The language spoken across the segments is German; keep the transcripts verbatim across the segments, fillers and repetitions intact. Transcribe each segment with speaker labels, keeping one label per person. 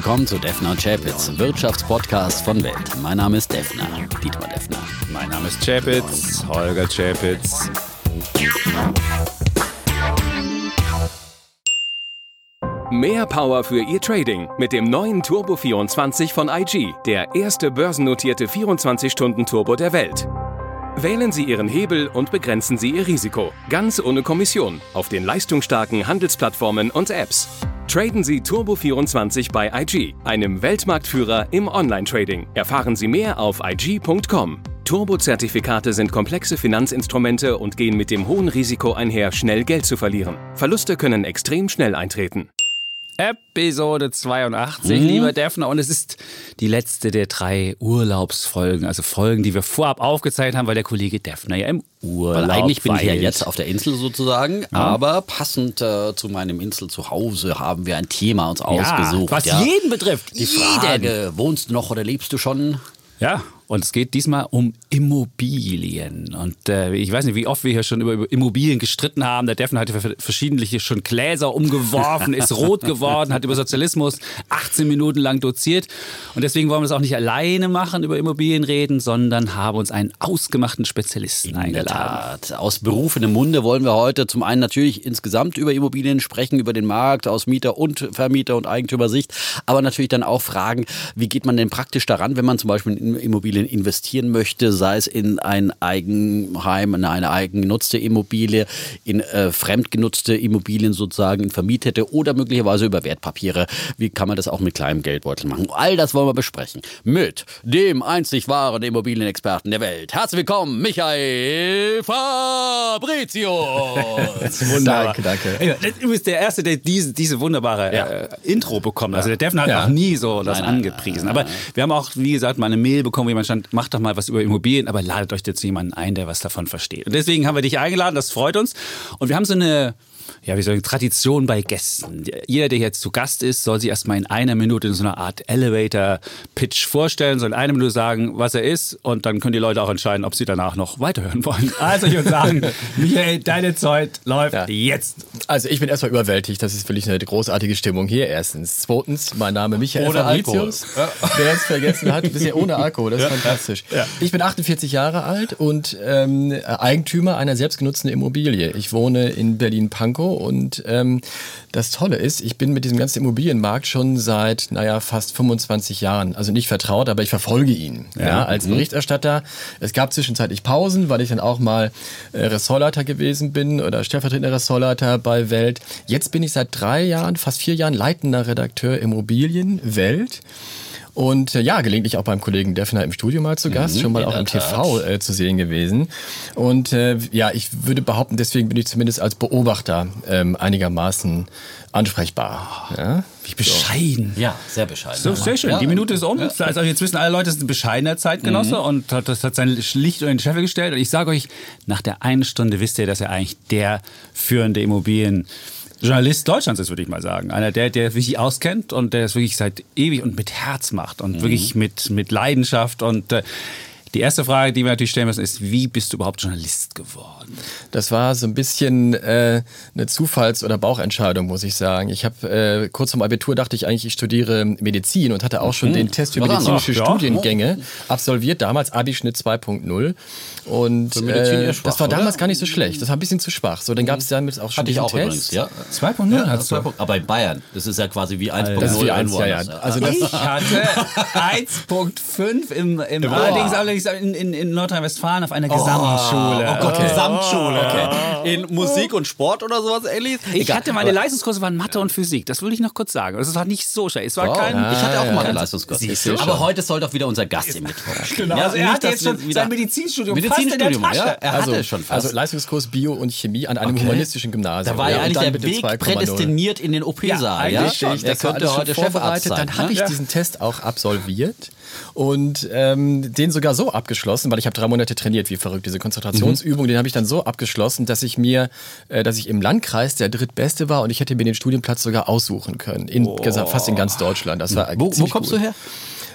Speaker 1: willkommen zu Defner und Chapitz, Wirtschaftspodcast von Welt. Mein Name ist Defner, Dietmar Defner.
Speaker 2: Mein Name ist Chapitz, Holger Chapitz.
Speaker 3: Mehr Power für Ihr Trading mit dem neuen Turbo vierundzwanzig von I G, der erste börsennotierte vierundzwanzig-Stunden-Turbo der Welt. Wählen Sie Ihren Hebel und begrenzen Sie Ihr Risiko, ganz ohne Kommission, auf den leistungsstarken Handelsplattformen und Apps. Traden Sie Turbo vierundzwanzig bei I G, einem Weltmarktführer im Online-Trading. Erfahren Sie mehr auf i g punkt com. Turbo-Zertifikate sind komplexe Finanzinstrumente und gehen mit dem hohen Risiko einher, schnell Geld zu verlieren. Verluste können extrem schnell eintreten.
Speaker 2: Episode zweiundachtzig, mhm. lieber Defner. Und es ist die letzte der drei Urlaubsfolgen. Also Folgen, die wir vorab aufgezeichnet haben, weil der Kollege Defner ja im Urlaub
Speaker 1: Weil eigentlich bin
Speaker 2: weilt.
Speaker 1: ich ja jetzt auf der Insel sozusagen. Ja. Aber passend äh, zu meinem Insel zu Hause haben wir ein Thema uns ja, ausgesucht.
Speaker 2: Was ja. jeden betrifft.
Speaker 1: Die Frage, jeden. Wohnst du noch oder lebst du schon?
Speaker 2: Ja, und es geht diesmal um Immobilien. Und äh, ich weiß nicht, wie oft wir hier schon über, über Immobilien gestritten haben. Der Defner hat verschiedentlich schon Gläser umgeworfen, ist rot geworden, hat über Sozialismus achtzehn Minuten lang doziert. Und deswegen wollen wir das auch nicht alleine machen, über Immobilien reden, sondern haben uns einen ausgemachten Spezialisten
Speaker 1: In
Speaker 2: eingeladen.
Speaker 1: Der Tat. Aus berufenem Munde wollen wir heute zum einen natürlich insgesamt über Immobilien sprechen, über den Markt, aus Mieter- und Vermieter- und Eigentümersicht. Aber natürlich dann auch fragen, wie geht man denn praktisch daran, wenn man zum Beispiel in Immobilien investieren möchte, sei es in ein Eigenheim, in eine eigengenutzte Immobilie, in äh, fremdgenutzte Immobilien sozusagen, in vermietete oder möglicherweise über Wertpapiere. Wie kann man das auch mit kleinem Geldbeutel machen? All das wollen wir besprechen mit dem einzig wahren Immobilienexperten der Welt. Herzlich willkommen, Michael Fabricius.
Speaker 2: Wunderbar. Danke, danke. Du bist der Erste, der diese, diese wunderbare ja. äh, Intro bekommt. Also der Defner hat ja. noch nie so das nein, angepriesen. Nein, nein, nein. Aber wir haben auch, wie gesagt, mal eine Mail bekommen, wie man stand, macht doch mal was über Immobilien, aber ladet euch jetzt jemanden ein, der was davon versteht. Und deswegen haben wir dich eingeladen, das freut uns. Und wir haben so eine, ja, wie soll ich, Tradition bei Gästen. Jeder, der jetzt zu Gast ist, soll sich erstmal in einer Minute in so einer Art Elevator-Pitch vorstellen, soll in einer Minute sagen, was er ist, und dann können die Leute auch entscheiden, ob sie danach noch weiterhören wollen. Also ich würde sagen, Michael, deine Zeit läuft ja. jetzt.
Speaker 4: Also ich bin erstmal überwältigt, das ist wirklich eine großartige Stimmung hier, erstens. Zweitens, mein Name Michael Fabricius. Ja. Wer es vergessen hat, bisher ohne Alkohol, das ist ja. fantastisch. Ja. Ich bin achtundvierzig Jahre alt und ähm, Eigentümer einer selbstgenutzten Immobilie. Ich wohne in Berlin-Pankow. Und ähm, das Tolle ist, ich bin mit diesem ganzen Immobilienmarkt schon seit, naja, fast fünfundzwanzig Jahren, also nicht vertraut, aber ich verfolge ihn ja. Ja, als Berichterstatter. Es gab zwischenzeitlich Pausen, weil ich dann auch mal äh, Ressortleiter gewesen bin oder stellvertretender Ressortleiter bei Welt. Jetzt bin ich seit drei Jahren, fast vier Jahren leitender Redakteur Immobilien Welt. Und äh, ja, gelegentlich auch beim Kollegen Defner im Studio mal zu Gast, mhm, schon mal auch im T V äh, zu sehen gewesen. Und äh, ja, ich würde behaupten, deswegen bin ich zumindest als Beobachter ähm, einigermaßen ansprechbar. Ja?
Speaker 2: Wie bescheiden.
Speaker 1: So. Ja, sehr bescheiden.
Speaker 2: So, sehr schön. Ja. Die Minute ist um. Ja. Also jetzt wissen alle Leute, das ist ein bescheidener Zeitgenosse mhm. und hat, das hat sein Licht unter den Scheffel gestellt. Und ich sage euch, nach der einen Stunde wisst ihr, dass er eigentlich der führende Immobilien Journalist Deutschlands ist, würde ich mal sagen. Einer, der, der sich auskennt und der es wirklich seit ewig und mit Herz macht und mhm. wirklich mit, mit Leidenschaft. Und äh, die erste Frage, die wir natürlich stellen müssen, ist, wie bist du überhaupt Journalist geworden?
Speaker 4: Das war so ein bisschen äh, eine Zufalls- oder Bauchentscheidung, muss ich sagen. Ich habe äh, kurz vorm Abitur dachte ich eigentlich, ich studiere Medizin und hatte auch schon mhm. den Test für medizinische ja. Studiengänge absolviert, damals Abischnitt zwei Punkt null. Und äh, schwach, das war damals oder? gar nicht so schlecht. Das war ein bisschen zu schwach. So, dann gab es damit auch schon
Speaker 1: Hatte ich auch
Speaker 4: Test.
Speaker 1: Übrigens, ja.
Speaker 2: zwei Punkt null ja, hast du.
Speaker 1: Aber in Bayern, das ist ja quasi wie eins Punkt null.
Speaker 4: Das ist wie eins, ja, ja.
Speaker 2: Also das ich hatte eins Punkt fünf im, im allerdings, allerdings in, in, in Nordrhein-Westfalen auf einer
Speaker 1: oh.
Speaker 2: Gesamtschule.
Speaker 1: Oh Gott, okay. Gesamtschule. Okay. In Musik und Sport oder sowas ähnliches?
Speaker 2: Ich Egal. hatte meine Leistungskurse waren Mathe und Physik. Das würde ich noch kurz sagen. Das war nicht so schlecht. Es war
Speaker 1: oh.
Speaker 2: kein.
Speaker 1: Ich hatte auch
Speaker 2: ja,
Speaker 1: mal einen Leistungskurs. Aber heute soll doch wieder unser Gast hier mitkommen.
Speaker 2: Genau.
Speaker 1: Ja,
Speaker 2: also er hatte jetzt schon sein Medizinstudium,
Speaker 1: Medizinstudium
Speaker 2: fast in der Tasche.
Speaker 1: Ja, er hatte also, schon fast.
Speaker 4: Also Leistungskurs Bio und Chemie an einem okay. humanistischen Gymnasium.
Speaker 1: Da war ja eigentlich der
Speaker 4: Weg
Speaker 1: zwei Komma null. Prädestiniert in den O P-Saal.
Speaker 4: Ja,
Speaker 1: ja?
Speaker 4: Richtig. Der könnte heute Chefarzt sein. Dann habe ich ja. diesen Test auch absolviert und ähm, den sogar so abgeschlossen, weil ich habe drei Monate trainiert, wie verrückt. Diese Konzentrationsübung, mhm. den habe ich dann so abgeschlossen, dass ich mir, äh, dass ich im Landkreis der drittbeste war und ich hätte mir den Studienplatz sogar aussuchen können. In, oh. Fast in ganz Deutschland. Das war
Speaker 1: wo, wo kommst
Speaker 4: gut.
Speaker 1: du her?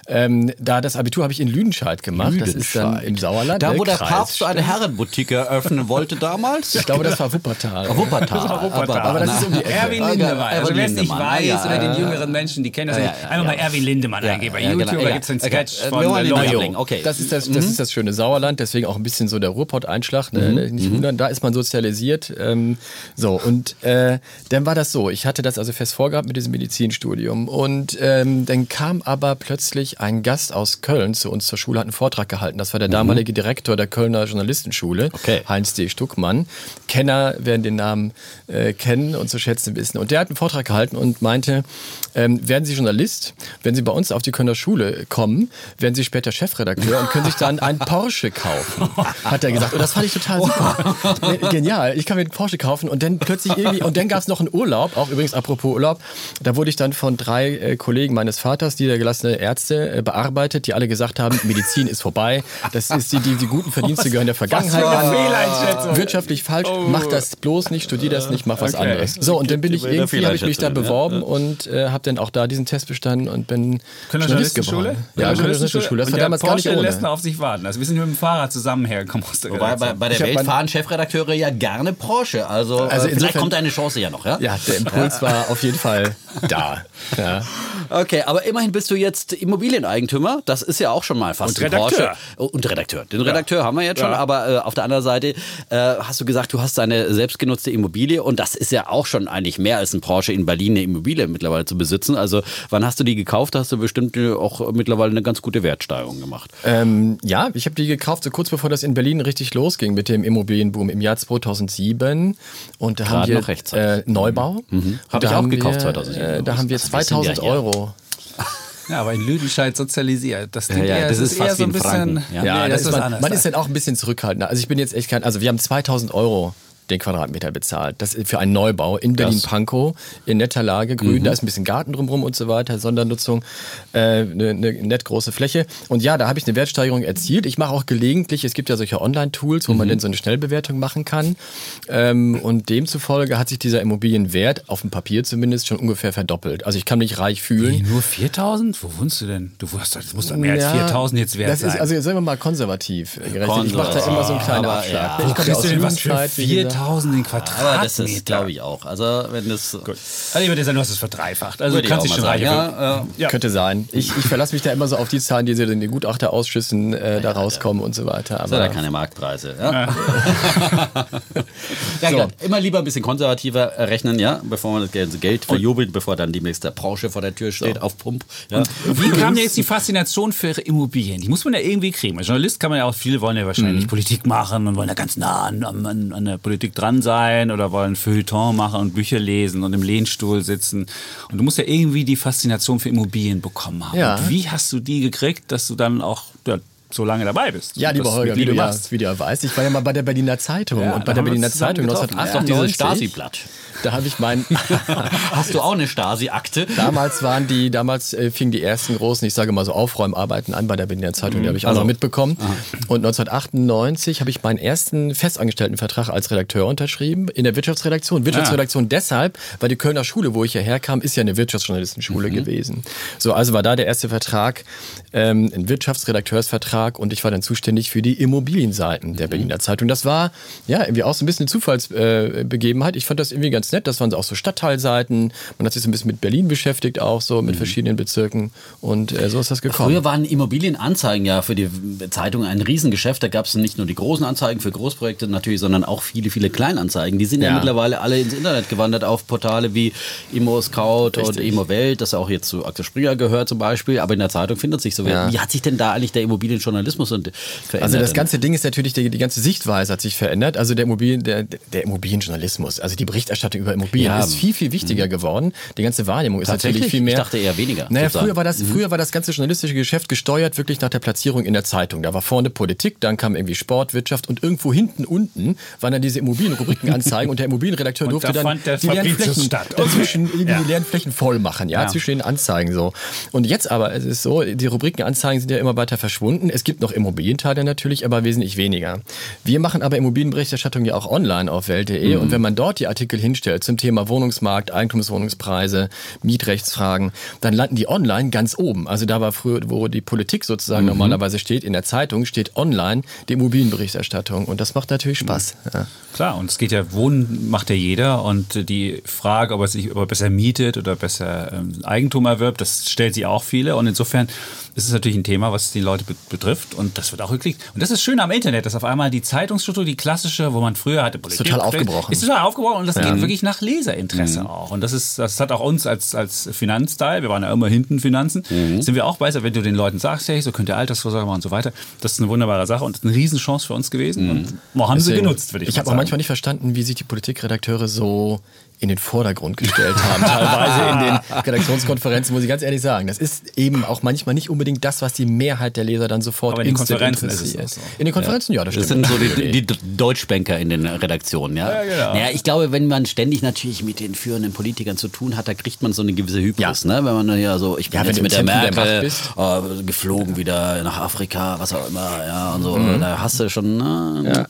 Speaker 4: Ähm, da das Abitur habe ich in Lüdenscheid gemacht. Lüdenscheid. Das ist dann im Sauerland.
Speaker 1: Da, wo der
Speaker 4: Kreis
Speaker 1: Papst so eine Herrenboutique eröffnen wollte damals?
Speaker 4: Ich glaube, das war Wuppertal.
Speaker 1: Oh, Wuppertal. Das war
Speaker 2: Wuppertal. Aber, aber das ist um die Erwin Lindemann. Also wer es nicht weiß, ja, oder den jüngeren Menschen, die kennen das ja, nicht. Einfach ja, mal Erwin Lindemann ja, eingeben bei ja, YouTube, genau. Da gibt es einen Sketch okay. von Loyo.
Speaker 4: Okay. Das ist das, das ist das schöne Sauerland, deswegen auch ein bisschen so der Ruhrpott-Einschlag. Ne? Mhm. Nicht wundern, da ist man sozialisiert. Ähm, so, und äh, dann war das so. Ich hatte das also fest vorgehabt mit diesem Medizinstudium. Und ähm, dann kam aber plötzlich ein Gast aus Köln zu uns zur Schule, hat einen Vortrag gehalten. Das war der damalige Direktor der Kölner Journalistenschule, okay. Heinz D. Stuckmann. Kenner werden den Namen äh, kennen und zu schätzen wissen. Und der hat einen Vortrag gehalten und meinte, ähm, werden Sie Journalist, wenn Sie bei uns auf die Kölner Schule kommen, werden Sie später Chefredakteur und können sich dann einen Porsche kaufen, hat er gesagt. Und das fand ich total super. Genial. Ich kann mir einen Porsche kaufen und dann plötzlich irgendwie, und dann gab es noch einen Urlaub, auch übrigens apropos Urlaub, da wurde ich dann von drei äh, Kollegen meines Vaters, niedergelassene Ärzte, äh, bearbeitet, die alle gesagt haben, Medizin ist vorbei, das ist die, die, die guten Verdienste gehören der Vergangenheit an. Wirtschaftlich falsch, oh. mach das bloß nicht, studier das nicht, mach was okay. anderes. So, und dann bin ich irgendwie, habe ich mich da beworben ja. und äh, habe dann auch da diesen Test bestanden und bin Journalist geworden.
Speaker 2: Ja,
Speaker 4: Journalistenschule. Das war damals gar nicht ohne.
Speaker 2: lässt noch auf sich warten. Also wir sind mit dem Fahrrad zusammen hergekommen.
Speaker 1: Wobei bei, bei der Welt fahren Chefredakteure ja gerne Porsche. Also, also äh, vielleicht kommt eine Chance ja noch, ja?
Speaker 4: Ja, der Impuls war auf jeden Fall da. Ja.
Speaker 1: Okay, aber immerhin bist du jetzt Immobilieneigentümer. Das ist ja auch schon mal fast
Speaker 2: und Redakteur.
Speaker 1: Porsche. Und Redakteur. Den Redakteur ja. haben wir jetzt schon, ja. aber äh, auf der anderen Seite äh, hast du gesagt, du hast eine selbstgenutzte Immobilie und das ist ja auch schon eigentlich mehr als ein Porsche in Berlin, eine Immobilie mittlerweile zu besitzen. Also wann hast du die gekauft? Hast du bestimmt auch mittlerweile eine ganz gute Wertsteigerung gemacht.
Speaker 4: Ähm, ja, ich habe die gekauft, so kurz bevor das in Berlin richtig losging mit dem Immobilienboom im Jahr zweitausendsieben. Und da
Speaker 1: Gerade
Speaker 4: haben wir
Speaker 1: noch rechtzeitig.
Speaker 4: Äh, Neubau.
Speaker 1: Mhm. Habe ich auch gekauft
Speaker 4: wir,
Speaker 1: zweitausendsieben.
Speaker 4: Äh, da haben wir zweitausend Euro.
Speaker 2: Ja, aber in Lüdenscheid sozialisiert. Das, ja, ja,
Speaker 1: eher, das ist
Speaker 2: eher
Speaker 1: fast
Speaker 2: so ein bisschen.
Speaker 4: Ja, ja nee, das das ist man, man ist dann auch ein bisschen zurückhaltender. Also ich bin jetzt echt kein. Also wir haben zweitausend Euro den Quadratmeter bezahlt. Das ist für einen Neubau in Berlin-Pankow, in netter Lage, grün, mhm. da ist ein bisschen Garten drumherum und so weiter, Sondernutzung, äh, eine, eine nett große Fläche. Und ja, da habe ich eine Wertsteigerung erzielt. Ich mache auch gelegentlich, es gibt ja solche Online-Tools, wo mhm. man dann so eine Schnellbewertung machen kann. Ähm, und demzufolge hat sich dieser Immobilienwert, auf dem Papier zumindest, schon ungefähr verdoppelt. Also ich kann mich reich fühlen.
Speaker 2: Wie, nur viertausend? Wo wohnst du denn? Du wirst, das muss doch mehr ja, als viertausend jetzt wert
Speaker 4: das
Speaker 2: sein.
Speaker 4: Ist, also sagen wir mal konservativ gerechnet. Ich mache da immer so einen kleinen Abschlag.
Speaker 2: Ja. Wo kriegst du denn was für viertausend den Quadratmeter?
Speaker 1: Aber das ist, glaube ich, auch. Also, wenn das.
Speaker 2: Gut. Also, ich würde sagen, du hast es verdreifacht. Also, du kannst dich schon reich
Speaker 4: ja, äh, ja. Könnte sein. Ich, ich verlasse mich da immer so auf die Zahlen, die so in den Gutachterausschüssen äh, ja, da rauskommen ja. und so weiter.
Speaker 1: Aber das sind ja keine Marktpreise. Ja? Ja. ja, so. Immer lieber ein bisschen konservativer rechnen, ja, bevor man das Geld verjubelt, bevor dann die nächste Porsche vor der Tür steht, so. auf Pump. Ja.
Speaker 2: Wie kam denn jetzt die Faszination für Immobilien? Die muss man ja irgendwie kriegen. Als Journalist kann man ja auch, viele wollen ja wahrscheinlich mhm. Politik machen und wollen ja ganz nah an, an, an der Politik dran sein oder wollen Feuilleton machen und Bücher lesen und im Lehnstuhl sitzen. Und du musst ja irgendwie die Faszination für Immobilien bekommen haben. Ja. Und wie hast du die gekriegt, dass du dann auch ja, so lange dabei bist?
Speaker 4: Ja, lieber Holger, wie du, ja, wie du ja weißt, ich war ja mal bei der Berliner Zeitung. Ja, und bei der Berliner Zeitung neunzehnhundertachtundneunzig.
Speaker 1: Ja, dieses Stasi-Blatt.
Speaker 4: Da habe ich mein.
Speaker 1: Hast du auch eine Stasi-Akte?
Speaker 4: Damals waren die, damals äh, fingen die ersten großen, ich sage mal so Aufräumarbeiten an bei der Berliner Zeitung, die habe ich auch also. noch mitbekommen. Aha. Und neunzehnhundertachtundneunzig habe ich meinen ersten Festangestelltenvertrag als Redakteur unterschrieben in der Wirtschaftsredaktion. Wirtschaftsredaktion ja. deshalb, weil die Kölner Schule, wo ich hierher kam, ist ja eine Wirtschaftsjournalistenschule mhm. gewesen. So, also war da der erste Vertrag, ähm, ein Wirtschaftsredakteursvertrag und ich war dann zuständig für die Immobilienseiten der mhm. Berliner Zeitung. Das war ja irgendwie auch so ein bisschen eine Zufallsbegebenheit. Äh, ich fand das irgendwie ganz nett. Das waren auch so Stadtteilseiten. Man hat sich so ein bisschen mit Berlin beschäftigt, auch so mit mhm. verschiedenen Bezirken. Und äh, so ist das gekommen.
Speaker 1: Früher waren Immobilienanzeigen ja für die Zeitung ein Riesengeschäft. Da gab es nicht nur die großen Anzeigen für Großprojekte natürlich, sondern auch viele, viele Kleinanzeigen. Die sind ja, ja mittlerweile alle ins Internet gewandert auf Portale wie Immo-Scout und Immo-Welt, das auch jetzt zu Axel Springer gehört zum Beispiel. Aber in der Zeitung findet sich so. Ja. Wie hat sich denn da eigentlich der Immobilienjournalismus verändert?
Speaker 4: Also das ganze Ding ist natürlich, die, die ganze Sichtweise hat sich verändert. Also der, Immobilien, der, der Immobilienjournalismus, also die Berichterstattung über Immobilien ja. ist viel, viel wichtiger mhm. geworden. Die ganze Wahrnehmung ist natürlich viel mehr.
Speaker 1: Ich dachte eher weniger.
Speaker 4: Naja, früher war, das, mhm. früher war das ganze journalistische Geschäft gesteuert wirklich nach der Platzierung in der Zeitung. Da war vorne Politik, dann kam irgendwie Sport, Wirtschaft und irgendwo hinten unten waren dann diese Immobilienrubrikenanzeigen und der Immobilienredakteur und durfte da dann die leeren Flächen dazwischen okay. ja. die leeren Flächen voll machen, ja, ja, zwischen den Anzeigen so. Und jetzt aber, es ist so, die Rubrikenanzeigen sind ja immer weiter verschwunden. Es gibt noch Immobilienteile natürlich, aber wesentlich weniger. Wir machen aber Immobilienberichterstattung ja auch online auf Welt punkt de mhm. und wenn man dort die Artikel hinstellt zum Thema Wohnungsmarkt, Eigentumswohnungspreise, Mietrechtsfragen, dann landen die online ganz oben. Also da war früher, wo die Politik sozusagen mhm. normalerweise steht, in der Zeitung steht online die Immobilienberichterstattung und das macht natürlich Spaß. Ja.
Speaker 2: Klar, und es geht ja, Wohnen macht ja jeder und die Frage, ob er sich ob er besser mietet oder besser ähm, Eigentum erwirbt, das stellt sich auch viele und insofern ist es natürlich ein Thema, was die Leute be- betrifft und das wird auch geklickt. Und das ist schön am Internet, dass auf einmal die Zeitungsstruktur, die klassische, wo man früher hatte Politik...
Speaker 4: Ist total aufgebrochen.
Speaker 2: Ist total aufgebrochen und das ja. geht wirklich nach Leserinteresse mhm. auch. Und das ist, das hat auch uns als, als Finanzteil, wir waren ja immer hinten Finanzen, mhm. sind wir auch bei, wenn du den Leuten sagst, hey, so könnt ihr Altersvorsorge machen und so weiter, das ist eine wunderbare Sache und eine Riesenchance für uns gewesen mhm. und oh, haben Deswegen, sie genutzt, würde ich,
Speaker 4: ich mal sagen. Ich habe auch manchmal nicht verstanden, wie sich die Politikredakteure so in den Vordergrund gestellt haben, teilweise in den Redaktionskonferenzen, muss ich ganz ehrlich sagen. Das ist eben auch manchmal nicht unbedingt das, was die Mehrheit der Leser dann sofort
Speaker 2: Aber in den Konferenzen ist es so.
Speaker 4: In den Konferenzen, ja, ja das stimmt.
Speaker 1: Das sind so die, die Deutschbanker in den Redaktionen, ja. ja genau. Naja, ich glaube, wenn man ständig natürlich mit den führenden Politikern zu tun hat, da kriegt man so eine gewisse Hybris, ja. ne? Wenn man ja so, ich bin ja, jetzt mit der Merkel bist. Oh, geflogen ja. wieder nach Afrika, was auch immer, ja, und so, mhm. da hast du schon, ne?
Speaker 4: Ja, ja.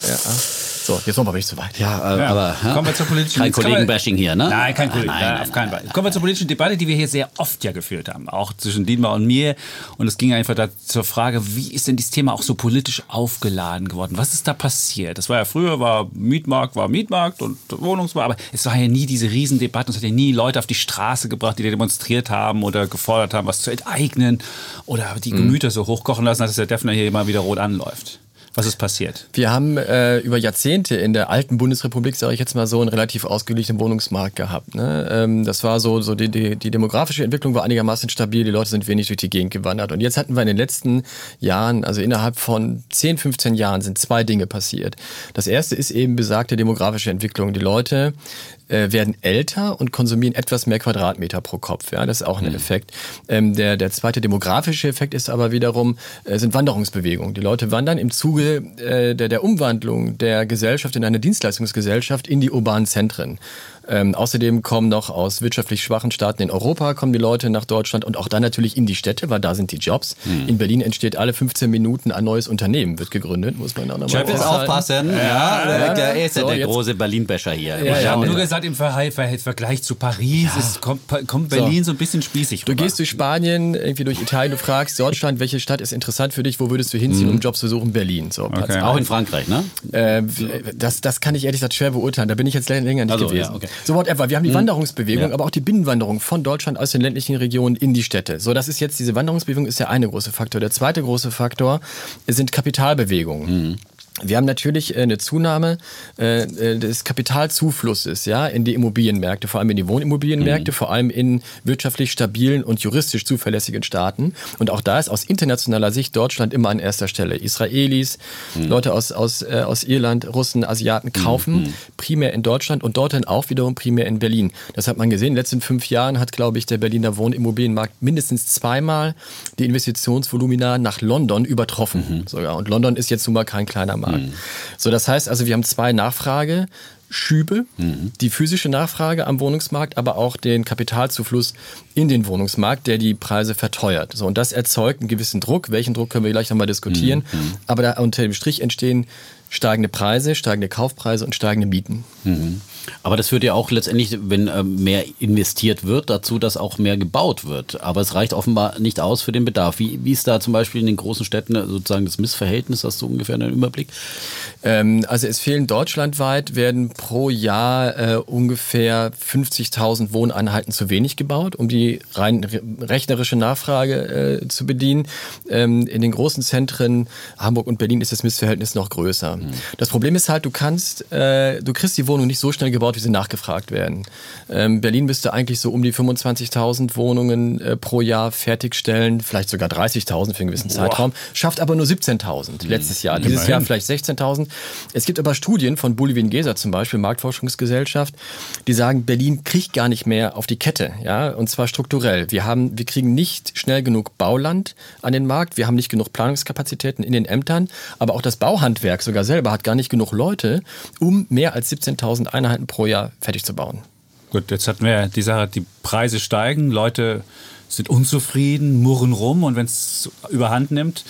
Speaker 4: So, jetzt wollen wir aber nicht zu weit.
Speaker 1: Ja, ja. aber ja?
Speaker 2: Kommen wir zur politischen
Speaker 1: Kein Kollegen-Bashing hier, ne?
Speaker 2: Nein, kein Kollegen, nein, nein, auf keinen Fall. Kommen wir zur politischen Debatte, die wir hier sehr oft ja geführt haben, auch zwischen Dietmar und mir. Und es ging einfach da zur Frage, wie ist denn dieses Thema auch so politisch aufgeladen geworden? Was ist da passiert? Das war ja früher, war Mietmarkt, war Mietmarkt und Wohnungsmarkt, aber es war ja nie diese Riesendebatte. Es hat ja nie Leute auf die Straße gebracht, die demonstriert haben oder gefordert haben, was zu enteignen oder die Gemüter mhm. so hochkochen lassen, dass der Defner hier immer wieder rot anläuft. Was ist passiert?
Speaker 4: Wir haben äh, über Jahrzehnte in der alten Bundesrepublik, sage ich jetzt mal so, einen relativ ausgeglichenen Wohnungsmarkt gehabt. Ne? Ähm, das war so, so die, die, die demografische Entwicklung war einigermaßen stabil, die Leute sind wenig durch die Gegend gewandert. Und jetzt hatten wir in den letzten Jahren, also innerhalb von zehn, fünfzehn Jahren, sind zwei Dinge passiert. Das erste ist eben besagte demografische Entwicklung. Die Leute äh, werden älter und konsumieren etwas mehr Quadratmeter pro Kopf. Ja, das ist auch ein mhm. Effekt. Ähm, der, der zweite demografische Effekt ist aber wiederum, äh, sind Wanderungsbewegungen. Die Leute wandern im Zuge äh, der, der Umwandlung der Gesellschaft in eine Dienstleistungsgesellschaft in die urbanen Zentren. Ähm, außerdem kommen noch aus wirtschaftlich schwachen Staaten in Europa, kommen die Leute nach Deutschland und auch dann natürlich in die Städte, weil da sind die Jobs. Hm. In Berlin entsteht alle fünfzehn Minuten ein neues Unternehmen, wird gegründet, muss man auch nochmal
Speaker 1: sagen. aufpassen, ja, ja, ja, der ist ja so, der große Berlin-Becher hier.
Speaker 2: Ja, ja, nur gesagt, im Vergleich zu Paris ja. ist, kommt, kommt Berlin so. so ein bisschen spießig
Speaker 4: Du
Speaker 2: rüber.
Speaker 4: gehst durch Spanien, irgendwie durch Italien, du fragst Deutschland, welche Stadt ist interessant für dich, wo würdest du hinziehen, hm. um Jobs zu suchen? Berlin. So,
Speaker 1: okay. Auch in Frankreich, ne?
Speaker 4: Äh, das, das kann ich ehrlich gesagt schwer beurteilen, da bin ich jetzt länger nicht also, gewesen. Ja, okay. So, whatever, wir haben die Wanderungsbewegung, ja. aber auch die Binnenwanderung von Deutschland aus den ländlichen Regionen in die Städte. So, das ist jetzt, diese Wanderungsbewegung ist der eine große Faktor. Der zweite große Faktor sind Kapitalbewegungen. Mhm. Wir haben natürlich eine Zunahme äh, des Kapitalzuflusses, ja, in die Immobilienmärkte, vor allem in die Wohnimmobilienmärkte, mhm. vor allem in wirtschaftlich stabilen und juristisch zuverlässigen Staaten. Und auch da ist aus internationaler Sicht Deutschland immer an erster Stelle. Israelis, mhm. Leute aus, aus, äh, aus Irland, Russen, Asiaten kaufen mhm. primär in Deutschland und dort dann auch wiederum primär in Berlin. Das hat man gesehen. In den letzten fünf Jahren hat, glaube ich, der Berliner Wohnimmobilienmarkt mindestens zweimal die Investitionsvolumina nach London übertroffen. Mhm. Sogar. Und London ist jetzt nun mal kein kleiner Markt. Mhm. So, das heißt also, wir haben zwei Nachfrageschübe, mhm. die physische Nachfrage am Wohnungsmarkt, aber auch den Kapitalzufluss in den Wohnungsmarkt, der die Preise verteuert. So, und das erzeugt einen gewissen Druck. Welchen Druck können wir gleich nochmal diskutieren? Mhm. Aber da unter dem Strich entstehen steigende Preise, steigende Kaufpreise und steigende Mieten.
Speaker 1: Mhm. Aber das führt ja auch letztendlich, wenn äh, mehr investiert wird, dazu, dass auch mehr gebaut wird. Aber es reicht offenbar nicht aus für den Bedarf. Wie, wie ist da zum Beispiel in den großen Städten sozusagen das Missverhältnis? Hast du ungefähr einen Überblick?
Speaker 4: Ähm, also es fehlen deutschlandweit, werden pro Jahr äh, ungefähr fünfzigtausend Wohneinheiten zu wenig gebaut, um die rein rechnerische Nachfrage äh, zu bedienen. Ähm, in den großen Zentren Hamburg und Berlin ist das Missverhältnis noch größer. Mhm. Das Problem ist halt, du kannst, äh, du kriegst die Wohnung nicht so schnell gebaut, wie sie nachgefragt werden. Ähm, Berlin müsste eigentlich so um die fünfundzwanzigtausend Wohnungen äh, pro Jahr fertigstellen, vielleicht sogar dreißigtausend für einen gewissen Boah. Zeitraum, schafft aber nur siebzehntausend mhm. letztes Jahr. Dieses Jahr vielleicht sechzehntausend. Es gibt aber Studien von Bulli-Wien-Geser zum Beispiel, Marktforschungsgesellschaft, die sagen, Berlin kriegt gar nicht mehr auf die Kette, ja, und zwar strukturell. Wir haben, wir kriegen nicht schnell genug Bauland an den Markt, wir haben nicht genug Planungskapazitäten in den Ämtern, aber auch das Bauhandwerk sogar selber hat gar nicht genug Leute, um mehr als siebzehntausend Einheiten pro Jahr fertig zu bauen.
Speaker 2: Gut, jetzt hatten wir die Sache, die Preise steigen, Leute sind unzufrieden, murren rum und wenn es überhand nimmt,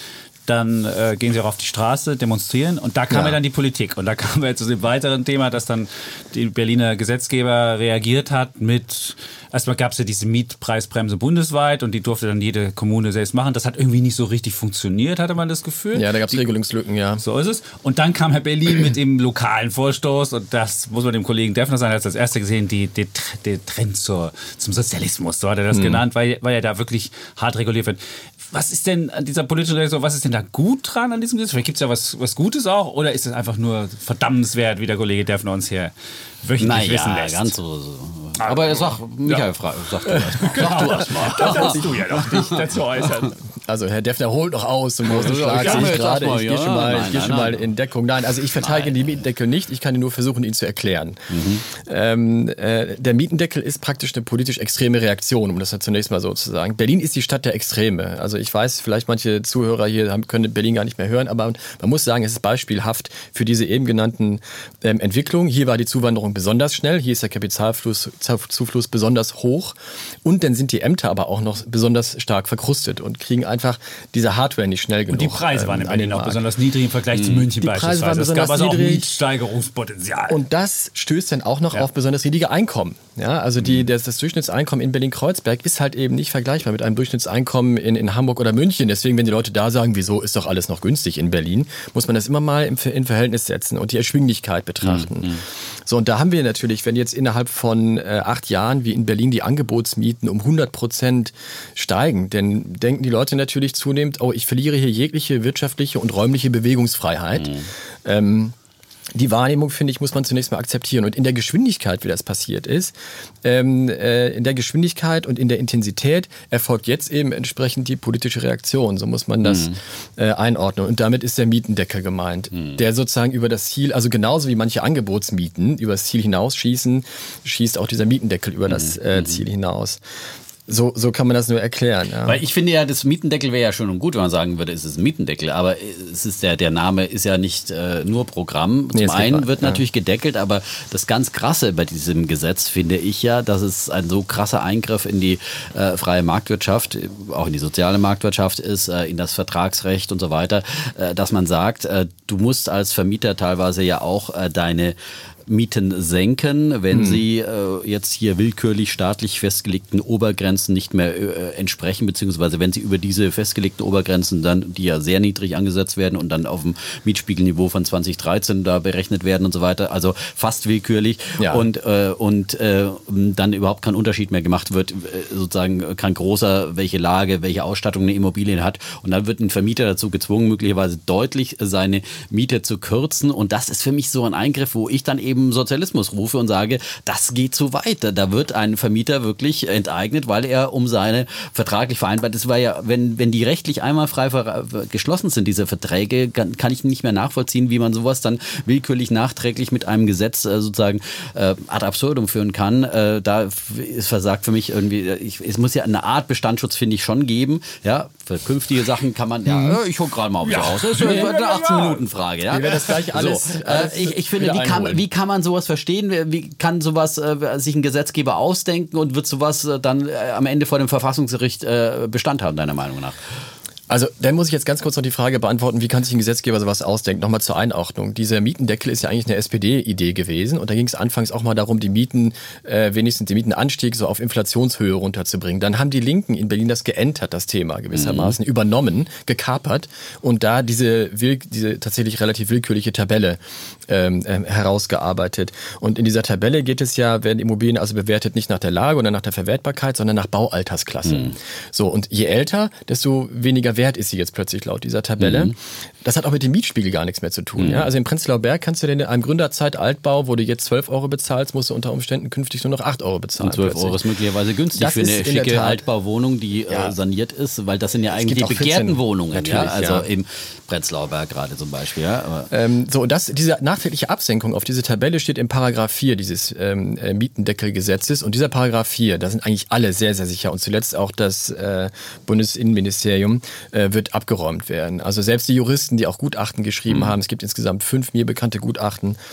Speaker 2: dann äh, gehen sie auch auf die Straße, demonstrieren und da kam ja. ja dann die Politik. Und da kamen wir zu dem weiteren Thema, dass dann die Berliner Gesetzgeber reagiert hat mit, erstmal gab es ja diese Mietpreisbremse bundesweit und die durfte dann jede Kommune selbst machen. Das hat irgendwie nicht so richtig funktioniert, hatte man das Gefühl.
Speaker 4: Ja, da gab es Regelungslücken, ja.
Speaker 2: So ist es. Und dann kam Herr Berlin mit dem lokalen Vorstoß und das muss man dem Kollegen Deffner sagen, er hat als erster gesehen, die, die, der Trend zur, zum Sozialismus, so hat er das hm. genannt, weil, weil er da wirklich hart reguliert wird. Was ist denn an dieser politischen Reaktion, was ist denn da gut dran an diesem Gesetz? Vielleicht gibt es ja was, was Gutes auch oder ist es einfach nur verdammenswert, wie der Kollege Deffner uns hier wöchentlich naja, wissen lässt?
Speaker 1: Ganz so. so. Aber sag, Michael, ja. sag du erst mal. Sag du erst mal.
Speaker 2: Das hast du ja noch nicht dazu äußern.
Speaker 4: Also Herr Deffner holt noch aus zum großen Schlag. Ja, ich gerade. Ich gehe schon mal, ich geh schon mal in Deckung. Nein, also ich verteidige die Mietendeckel nicht. Ich kann nur versuchen, ihn zu erklären. Mhm. Ähm, äh, der Mietendeckel ist praktisch eine politisch extreme Reaktion, um das ja zunächst mal so zu sagen. Berlin ist die Stadt der Extreme. Also ich weiß, vielleicht manche Zuhörer hier haben, können Berlin gar nicht mehr hören, aber man muss sagen, es ist beispielhaft für diese eben genannten ähm, Entwicklungen. Hier war die Zuwanderung besonders schnell. Hier ist der Kapitalzufluss Zufluss besonders hoch. Und dann sind die Ämter aber auch noch besonders stark verkrustet und kriegen einfach diese Hardware nicht schnell genug.
Speaker 2: Und die Preise waren in Berlin auch besonders niedrig im Vergleich mhm. zu München
Speaker 4: die
Speaker 2: beispielsweise.
Speaker 4: Preise waren
Speaker 2: es gab also
Speaker 4: niedrig.
Speaker 2: auch Mietsteigerungspotenzial.
Speaker 4: Und das stößt dann auch noch ja. auf besonders niedrige Einkommen. Ja, also die, das, das Durchschnittseinkommen in Berlin-Kreuzberg ist halt eben nicht vergleichbar mit einem Durchschnittseinkommen in, in Hamburg oder München. Deswegen, wenn die Leute da sagen, wieso ist doch alles noch günstig in Berlin, muss man das immer mal im, in Verhältnis setzen und die Erschwinglichkeit betrachten. Mhm. So, und da haben wir natürlich, wenn jetzt innerhalb von äh, acht Jahren wie in Berlin die Angebotsmieten um hundert Prozent steigen, dann denken die Leute natürlich zunehmend, oh, ich verliere hier jegliche wirtschaftliche und räumliche Bewegungsfreiheit. Mhm. Ähm, Die Wahrnehmung, finde ich, muss man zunächst mal akzeptieren. Und in der Geschwindigkeit, wie das passiert ist, ähm, äh, in der Geschwindigkeit und in der Intensität erfolgt jetzt eben entsprechend die politische Reaktion. So muss man das mhm. äh, einordnen. Und damit ist der Mietendeckel gemeint, mhm. der sozusagen über das Ziel, also genauso wie manche Angebotsmieten über das Ziel hinausschießen, schießt auch dieser Mietendeckel über mhm. das äh, Ziel hinaus. So, so kann man das nur erklären. Ja.
Speaker 1: Weil ich finde ja, das Mietendeckel wäre ja schön und gut, wenn man sagen würde, es ist ein Mietendeckel, aber es ist der, der Name ist ja nicht äh, nur Programm. Zum nee, einen wird ja. natürlich gedeckelt, aber das ganz Krasse bei diesem Gesetz finde ich ja, dass es ein so krasser Eingriff in die äh, freie Marktwirtschaft, auch in die soziale Marktwirtschaft ist, äh, in das Vertragsrecht und so weiter, äh, dass man sagt, äh, du musst als Vermieter teilweise ja auch äh, deine Mieten senken, wenn hm. sie äh, jetzt hier willkürlich staatlich festgelegten Obergrenzen nicht mehr äh, entsprechen, beziehungsweise wenn sie über diese festgelegten Obergrenzen dann, die ja sehr niedrig angesetzt werden und dann auf dem Mietspiegelniveau von zwanzig dreizehn da berechnet werden und so weiter, also fast willkürlich ja. und, äh, und äh, dann überhaupt kein Unterschied mehr gemacht wird, sozusagen kein großer, welche Lage, welche Ausstattung eine Immobilie hat und dann wird ein Vermieter dazu gezwungen, möglicherweise deutlich seine Miete zu kürzen und das ist für mich so ein Eingriff, wo ich dann eben Sozialismus rufe und sage, das geht zu weit. Da wird ein Vermieter wirklich enteignet, weil er um seine vertraglich vereinbart, das war ja, wenn, wenn die rechtlich einmal frei ver- geschlossen sind, diese Verträge, kann, kann ich nicht mehr nachvollziehen, wie man sowas dann willkürlich nachträglich mit einem Gesetz äh, sozusagen äh, ad absurdum führen kann. Äh, da ist versagt für mich irgendwie, ich, es muss ja eine Art Bestandsschutz, finde ich, schon geben. Ja, für künftige Sachen kann man, ja, ich gucke gerade mal auf ja. aus. Das ist ja eine achtzehn-Minuten-Frage. Ja?
Speaker 4: Wie wäre das gleich alles?
Speaker 1: So, äh, ich, ich finde, wie kann, wie kann man sowas verstehen? Wie kann sowas äh, sich ein Gesetzgeber ausdenken und wird sowas äh, dann äh, am Ende vor dem Verfassungsgericht äh, Bestand haben, deiner Meinung nach?
Speaker 4: Also, dann muss ich jetzt ganz kurz noch die Frage beantworten, wie kann sich ein Gesetzgeber sowas ausdenken? Nochmal zur Einordnung. Dieser Mietendeckel ist ja eigentlich eine S P D-Idee gewesen und da ging es anfangs auch mal darum, die Mieten, äh, wenigstens den Mietenanstieg so auf Inflationshöhe runterzubringen. Dann haben die Linken in Berlin das geentert, das Thema gewissermaßen, mhm. übernommen, gekapert und da diese, diese tatsächlich relativ willkürliche Tabelle ähm, äh, herausgearbeitet. Und in dieser Tabelle geht es ja, werden Immobilien also bewertet nicht nach der Lage oder nach der Verwertbarkeit, sondern nach Baualtersklasse. Mhm. So, und je älter, desto weniger wert ist sie jetzt plötzlich laut dieser Tabelle. Mhm. Das hat auch mit dem Mietspiegel gar nichts mehr zu tun. Mhm. Ja? Also in Prenzlauer Berg kannst du denn in einem Gründerzeit-Altbau, wo du jetzt zwölf Euro bezahlst, musst du unter Umständen künftig nur noch acht Euro bezahlen.
Speaker 1: Und zwölf Euro ist möglicherweise günstig das für eine schicke Altbauwohnung, die ja. äh, saniert ist, weil das sind ja eigentlich die begehrten Wohnungen. Natürlich, ja? Also ja. im Prenzlauer Berg gerade zum Beispiel. Ja? Aber
Speaker 4: ähm, so, und das, diese nachträgliche Absenkung auf diese Tabelle steht im Paragraph vier dieses ähm, äh, Mietendeckelgesetzes. Und dieser Paragraph vier, da sind eigentlich alle sehr, sehr sicher. Und zuletzt auch das äh, Bundesinnenministerium äh, wird abgeräumt werden. Also selbst die Juristen, die auch Gutachten geschrieben mhm. haben, es gibt insgesamt fünf mir bekannte Gutachten,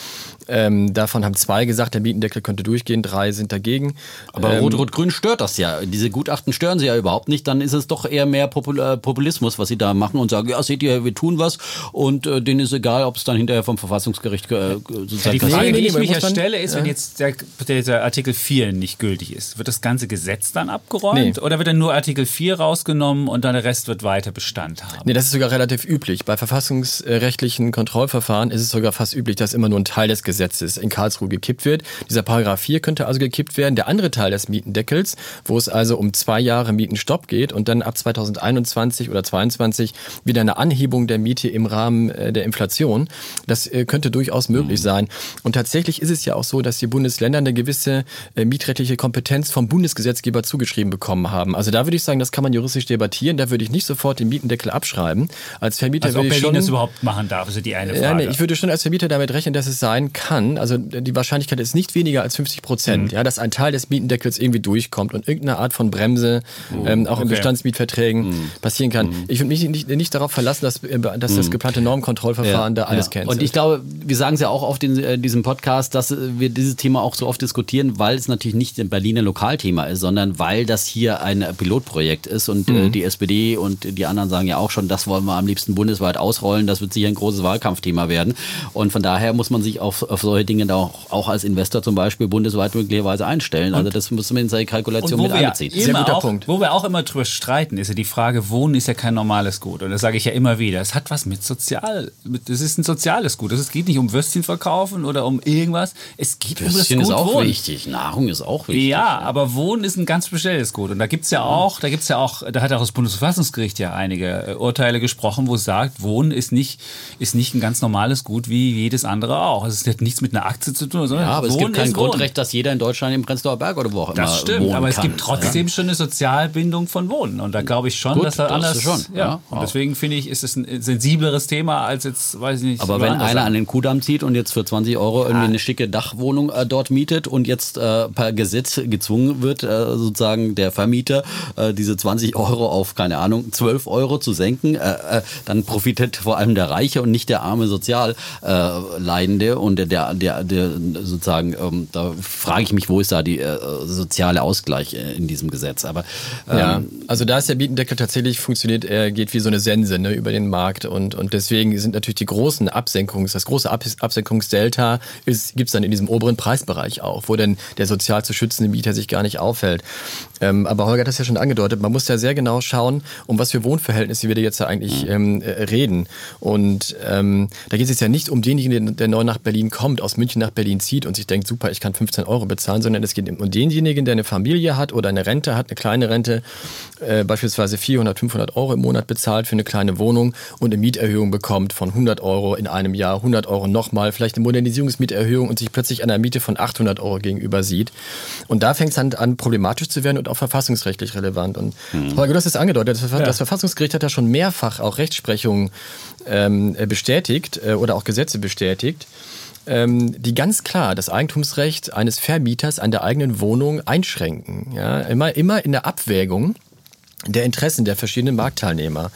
Speaker 4: Ähm, davon haben zwei gesagt, der Mietendeckel könnte durchgehen, drei sind dagegen.
Speaker 1: Aber
Speaker 4: ähm,
Speaker 1: Rot-Rot-Grün stört das ja. Diese Gutachten stören sie ja überhaupt nicht. Dann ist es doch eher mehr Popul- Populismus, was sie da machen und sagen, ja, seht ihr, wir tun was und äh, denen ist egal, ob es dann hinterher vom Verfassungsgericht äh, sozusagen...
Speaker 2: Die Frage,
Speaker 4: nee,
Speaker 2: die ich
Speaker 4: nee,
Speaker 2: mich
Speaker 4: muss man-
Speaker 2: erstelle, ist, wenn
Speaker 4: ja.
Speaker 2: jetzt der, der Artikel vier nicht gültig ist, wird das ganze Gesetz dann abgeräumt
Speaker 4: Nee.
Speaker 2: oder wird dann nur Artikel vier rausgenommen und dann der Rest wird weiter Bestand haben?
Speaker 4: Nee, das ist sogar relativ üblich. Bei verfassungsrechtlichen Kontrollverfahren ist es sogar fast üblich, dass immer nur ein Teil des Gesetzes in Karlsruhe gekippt wird. Dieser Paragraph vier könnte also gekippt werden. Der andere Teil des Mietendeckels, wo es also um zwei Jahre Mietenstopp geht und dann ab zweitausendeinundzwanzig oder zweiundzwanzig wieder eine Anhebung der Miete im Rahmen äh, der Inflation, das äh, könnte durchaus möglich sein. Und tatsächlich ist es ja auch so, dass die Bundesländer eine gewisse äh, mietrechtliche Kompetenz vom Bundesgesetzgeber zugeschrieben bekommen haben. Also da würde ich sagen, das kann man juristisch debattieren. Da würde ich nicht sofort den Mietendeckel abschreiben. Als Vermieter
Speaker 2: Also ob
Speaker 4: würde ich
Speaker 2: Berlin
Speaker 4: schon,
Speaker 2: das überhaupt machen darf, ist die eine Frage.
Speaker 4: ja, nee, ich würde schon als Vermieter damit rechnen, dass es sein kann. Also die Wahrscheinlichkeit ist nicht weniger als fünfzig Prozent, mhm. ja, dass ein Teil des Mietendeckels irgendwie durchkommt und irgendeine Art von Bremse mhm. ähm, auch okay. in Bestandsmietverträgen mhm. passieren kann. Mhm. Ich würde mich nicht, nicht darauf verlassen, dass, dass das geplante Normkontrollverfahren ja. da alles
Speaker 1: ja.
Speaker 4: kennt.
Speaker 1: Und ich glaube, wir sagen es ja auch oft in äh, diesem Podcast, dass wir dieses Thema auch so oft diskutieren, weil es natürlich nicht ein Berliner Lokalthema ist, sondern weil das hier ein Pilotprojekt ist und mhm. äh, die S P D und die anderen sagen ja auch schon, das wollen wir am liebsten bundesweit ausrollen, das wird sicher ein großes Wahlkampfthema werden und von daher muss man sich auf, auf solche Dinge da auch, auch als Investor zum Beispiel bundesweit möglicherweise einstellen. Und also das muss man in seine Kalkulation mit einbeziehen.
Speaker 4: Sehr guter
Speaker 2: auch,
Speaker 4: Punkt.
Speaker 2: Wo wir auch immer drüber streiten, ist ja die Frage, Wohnen ist ja kein normales Gut. Und das sage ich ja immer wieder. Es hat was mit sozial, es ist ein soziales Gut. Es geht nicht um Würstchen verkaufen oder um irgendwas. Es geht um das
Speaker 1: Würstchen
Speaker 2: Gut
Speaker 1: ist auch
Speaker 2: Wohnen.
Speaker 1: wichtig, Nahrung ist auch wichtig.
Speaker 2: Ja, aber Wohnen ist ein ganz spezielles Gut. Und da gibt's ja auch, da gibt's ja auch, da hat auch das Bundesverfassungsgericht ja einige äh, Urteile gesprochen, wo es sagt, Wohnen ist nicht, ist nicht ein ganz normales Gut wie jedes andere auch. Es hat nichts mit einer Aktie zu tun, sondern
Speaker 1: ja, aber
Speaker 2: Wohnen
Speaker 1: es gibt kein
Speaker 2: ist
Speaker 1: Grundrecht,
Speaker 2: Wohnen.
Speaker 1: dass jeder in Deutschland im Prenzlauer Berg oder wo auch immer
Speaker 2: Das stimmt,
Speaker 1: wohnen
Speaker 2: aber es
Speaker 1: kann.
Speaker 2: gibt trotzdem ja. schon eine Sozialbindung von Wohnen. Und da glaube ich schon,
Speaker 1: Gut,
Speaker 2: dass da
Speaker 1: das
Speaker 2: anders...
Speaker 1: ist schon,
Speaker 2: ja.
Speaker 1: ja.
Speaker 2: Und deswegen finde ich, ist es ein sensibleres Thema als jetzt, weiß ich nicht...
Speaker 1: Aber wenn einer an den Kudamm zieht und jetzt für zwanzig Euro
Speaker 2: ja.
Speaker 1: irgendwie eine schicke Dachwohnung äh, dort mietet und jetzt äh, per Gesetz gezwungen wird, äh, sozusagen der Vermieter äh, diese zwanzig Euro auf, keine Ahnung, zwölf Euro zu senken, äh, äh, dann profitiert vor allem der Reiche und nicht der arme Sozialleidende. Äh, und der, der, der, der sozusagen, ähm, da frage ich mich, wo ist da die äh, soziale Ausgleich äh, in diesem Gesetz? Aber ähm,
Speaker 4: ja, also da ist der Mietendeckel tatsächlich funktioniert, er geht wie so eine Sense ne, über den Markt und, und deswegen sind natürlich die großen Absenkungs, das große Ab Absenkungsdelta gibt es dann in diesem oberen Preisbereich auch, wo dann der sozial zu schützende Mieter sich gar nicht aufhält. Ähm, aber Holger hat das ja schon angedeutet, man muss ja sehr genau schauen, um was für Wohnverhältnisse wir da jetzt ja eigentlich ähm, äh, reden. Und ähm, da geht es jetzt ja nicht um denjenigen, der neu nach Berlin kommt, aus München nach Berlin zieht und sich denkt, super, ich kann fünfzehn Euro bezahlen, sondern es geht um denjenigen, der eine Familie hat oder eine Rente hat, eine kleine Rente, äh, beispielsweise vierhundert, fünfhundert Euro im Monat bezahlt für eine kleine Wohnung und eine Mieterhöhung bekommt von hundert Euro in einem Jahr, hundert Euro nochmal, vielleicht eine Modernisierungsmieterhöhung und sich plötzlich einer Miete von achthundert Euro gegenüber sieht. Und da fängt es dann an, problematisch zu werden und auch verfassungsrechtlich relevant. Und mhm. Holger, du hast es angedeutet, das, Ver- ja. das Verfassungsgericht hat ja schon mehrfach auch Rechtsprechung ähm, bestätigt äh, oder auch Gesetze bestätigt, ähm, die ganz klar das Eigentumsrecht eines Vermieters an der eigenen Wohnung einschränken. Ja? Immer, immer in der Abwägung der Interessen der verschiedenen Marktteilnehmer.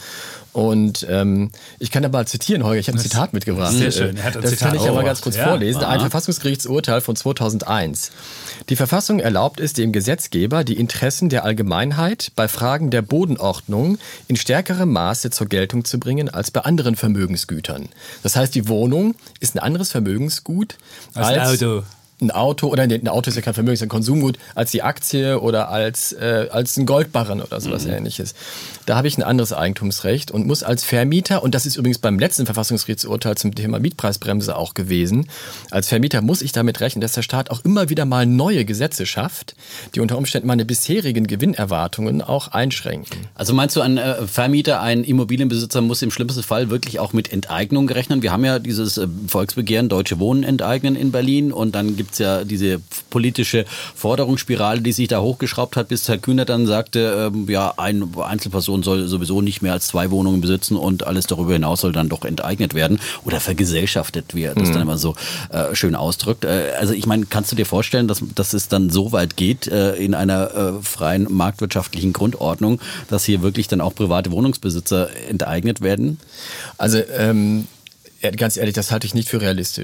Speaker 4: Und ähm, ich kann da mal zitieren, Holger, ich habe ein Zitat mitgebracht.
Speaker 2: Sehr schön. Er hat ein
Speaker 4: das
Speaker 2: Zitat.
Speaker 4: kann ich ja mal
Speaker 2: Oh,
Speaker 4: ganz kurz
Speaker 2: ja.
Speaker 4: vorlesen. Ein
Speaker 2: Aha.
Speaker 4: Verfassungsgerichtsurteil von zweitausendeins. Die Verfassung erlaubt es dem Gesetzgeber, die Interessen der Allgemeinheit bei Fragen der Bodenordnung in stärkerem Maße zur Geltung zu bringen als bei anderen Vermögensgütern. Das heißt, die Wohnung ist ein anderes Vermögensgut
Speaker 2: als,
Speaker 4: als
Speaker 2: ein Auto.
Speaker 4: ein Auto, oder ein Auto ist ja kein Vermögen, ist ein Konsumgut, als die Aktie oder als, äh, als ein Goldbarren oder sowas mhm. Ähnliches. Da habe ich ein anderes Eigentumsrecht und muss als Vermieter, und das ist übrigens beim letzten Verfassungsgerichtsurteil zum Thema Mietpreisbremse auch gewesen, als Vermieter muss ich damit rechnen, dass der Staat auch immer wieder mal neue Gesetze schafft, die unter Umständen meine bisherigen Gewinnerwartungen auch einschränken.
Speaker 1: Also meinst du, ein äh, Vermieter, ein Immobilienbesitzer muss im schlimmsten Fall wirklich auch mit Enteignung rechnen? Wir haben ja dieses äh, Volksbegehren Deutsche Wohnen enteignen in Berlin und dann gibt es ja diese politische Forderungsspirale, die sich da hochgeschraubt hat, bis Herr Kühnert dann sagte, ähm, ja, eine Einzelperson soll sowieso nicht mehr als zwei Wohnungen besitzen und alles darüber hinaus soll dann doch enteignet werden oder vergesellschaftet, wie er das mhm. dann immer so äh, schön ausdrückt. Äh, also ich meine, kannst du dir vorstellen, dass, dass es dann so weit geht äh, in einer äh, freien marktwirtschaftlichen Grundordnung, dass hier wirklich dann auch private Wohnungsbesitzer enteignet werden?
Speaker 4: Also ähm, ganz ehrlich, das halte ich nicht für realistisch.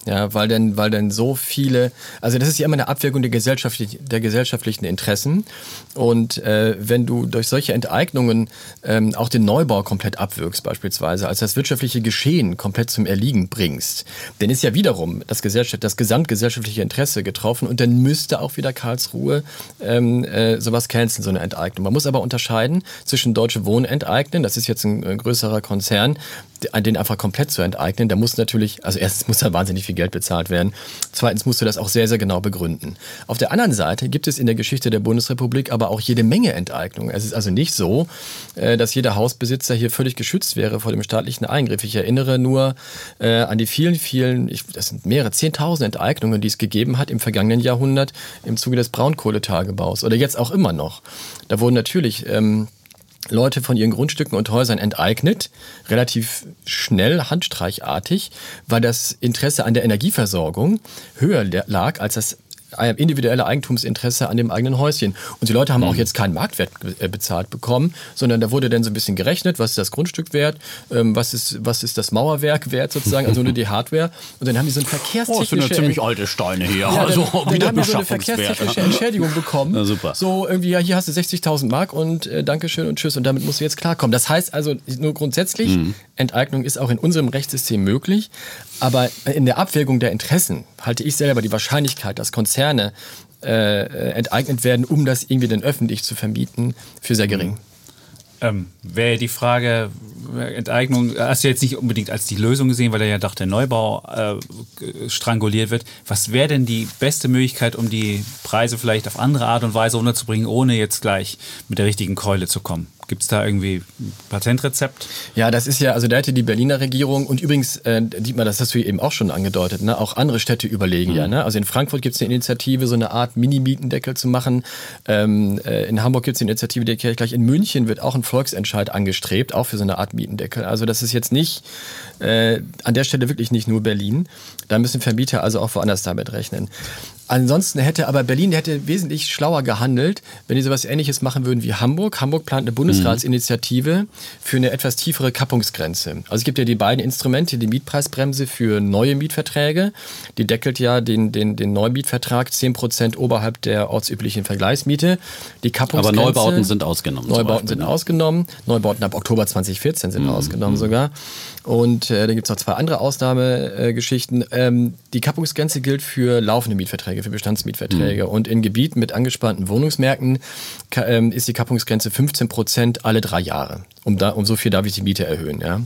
Speaker 4: Ja, weil denn, weil denn so viele, also das ist ja immer eine Abwägung der, gesellschaftlich, der gesellschaftlichen Interessen. Und äh, wenn du durch solche Enteignungen ähm, auch den Neubau komplett abwirkst beispielsweise, also das wirtschaftliche Geschehen komplett zum Erliegen bringst, dann ist ja wiederum das, Gesellschaft, das gesamtgesellschaftliche Interesse getroffen und dann müsste auch wieder Karlsruhe ähm, äh, sowas canceln, so eine Enteignung. Man muss aber unterscheiden zwischen Deutsche Wohnen enteignen, das ist jetzt ein, ein größerer Konzern, den einfach komplett zu enteignen. Da muss natürlich, also erstens muss da wahnsinnig viel Geld bezahlt werden. Zweitens musst du das auch sehr, sehr genau begründen. Auf der anderen Seite gibt es in der Geschichte der Bundesrepublik aber auch jede Menge Enteignungen. Es ist also nicht so, dass jeder Hausbesitzer hier völlig geschützt wäre vor dem staatlichen Eingriff. Ich erinnere nur äh, an die vielen, vielen, ich, das sind mehrere zehntausend Enteignungen, die es gegeben hat im vergangenen Jahrhundert im Zuge des Braunkohletagebaus oder jetzt auch immer noch. Da wurden natürlich ähm, Leute von ihren Grundstücken und Häusern enteignet, relativ schnell, handstreichartig, weil das Interesse an der Energieversorgung höher lag als das individuelle Eigentumsinteresse an dem eigenen Häuschen. Und die Leute haben mhm. auch jetzt keinen Marktwert bezahlt bekommen, sondern da wurde dann so ein bisschen gerechnet, was ist das Grundstück wert, ähm, was, ist, was ist das Mauerwerk wert sozusagen, also nur die Hardware. Und dann haben die so ein verkehrstechnische...
Speaker 1: Oh, das sind ja ziemlich alte Steine hier.
Speaker 4: Ja,
Speaker 1: also
Speaker 4: dann, dann haben die so eine verkehrstechnische Entschädigung bekommen.
Speaker 1: Na, super.
Speaker 4: So irgendwie, ja, hier hast du sechzigtausend Mark und äh, Dankeschön und tschüss und damit musst du jetzt klarkommen. Das heißt also, nur grundsätzlich, mhm. Enteignung ist auch in unserem Rechtssystem möglich, aber in der Abwägung der Interessen halte ich selber die Wahrscheinlichkeit, dass Konzerne äh, enteignet werden, um das irgendwie dann öffentlich zu vermieten, für sehr gering.
Speaker 2: Ähm, wäre die Frage, Enteignung, hast du jetzt nicht unbedingt als die Lösung gesehen, weil da ja doch der Neubau äh, stranguliert wird. Was wäre denn die beste Möglichkeit, um die Preise vielleicht auf andere Art und Weise runterzubringen, ohne jetzt gleich mit der richtigen Keule zu kommen? Gibt es da irgendwie ein Patentrezept?
Speaker 4: Ja, das ist ja, also da hätte die Berliner Regierung und übrigens, äh, Dietmar, das hast du eben auch schon angedeutet, ne? Auch andere Städte überlegen mhm. ja. Ne? Also in Frankfurt gibt es eine Initiative, so eine Art Mini-Mietendeckel zu machen. Ähm, äh, in Hamburg gibt es eine Initiative, die erkläre ich gleich. In München wird auch ein Volksentscheid angestrebt, auch für so eine Art Mietendeckel. Also das ist jetzt nicht, äh, an der Stelle wirklich nicht nur Berlin. Da müssen Vermieter also auch woanders damit rechnen. Ansonsten hätte aber Berlin hätte wesentlich schlauer gehandelt, wenn die sowas Ähnliches machen würden wie Hamburg. Hamburg plant eine Bundesratsinitiative für eine etwas tiefere Kappungsgrenze. Also es gibt ja die beiden Instrumente, die Mietpreisbremse für neue Mietverträge. Die deckelt ja den, den, den Neumietvertrag zehn Prozent oberhalb der ortsüblichen Vergleichsmiete. Die Kappungsgrenze,
Speaker 1: aber Neubauten sind ausgenommen.
Speaker 4: Neubauten sind ausgenommen. Neubauten ab Oktober zweitausendvierzehn sind mhm. ausgenommen sogar. Und äh, dann gibt es noch zwei andere Ausnahmegeschichten. Ähm, die Kappungsgrenze gilt für laufende Mietverträge, für Bestandsmietverträge. Mhm. Und in Gebieten mit angespannten Wohnungsmärkten ka- ähm, ist die Kappungsgrenze fünfzehn Prozent alle drei Jahre. Um, da, um so viel darf ich die Miete erhöhen. Ja?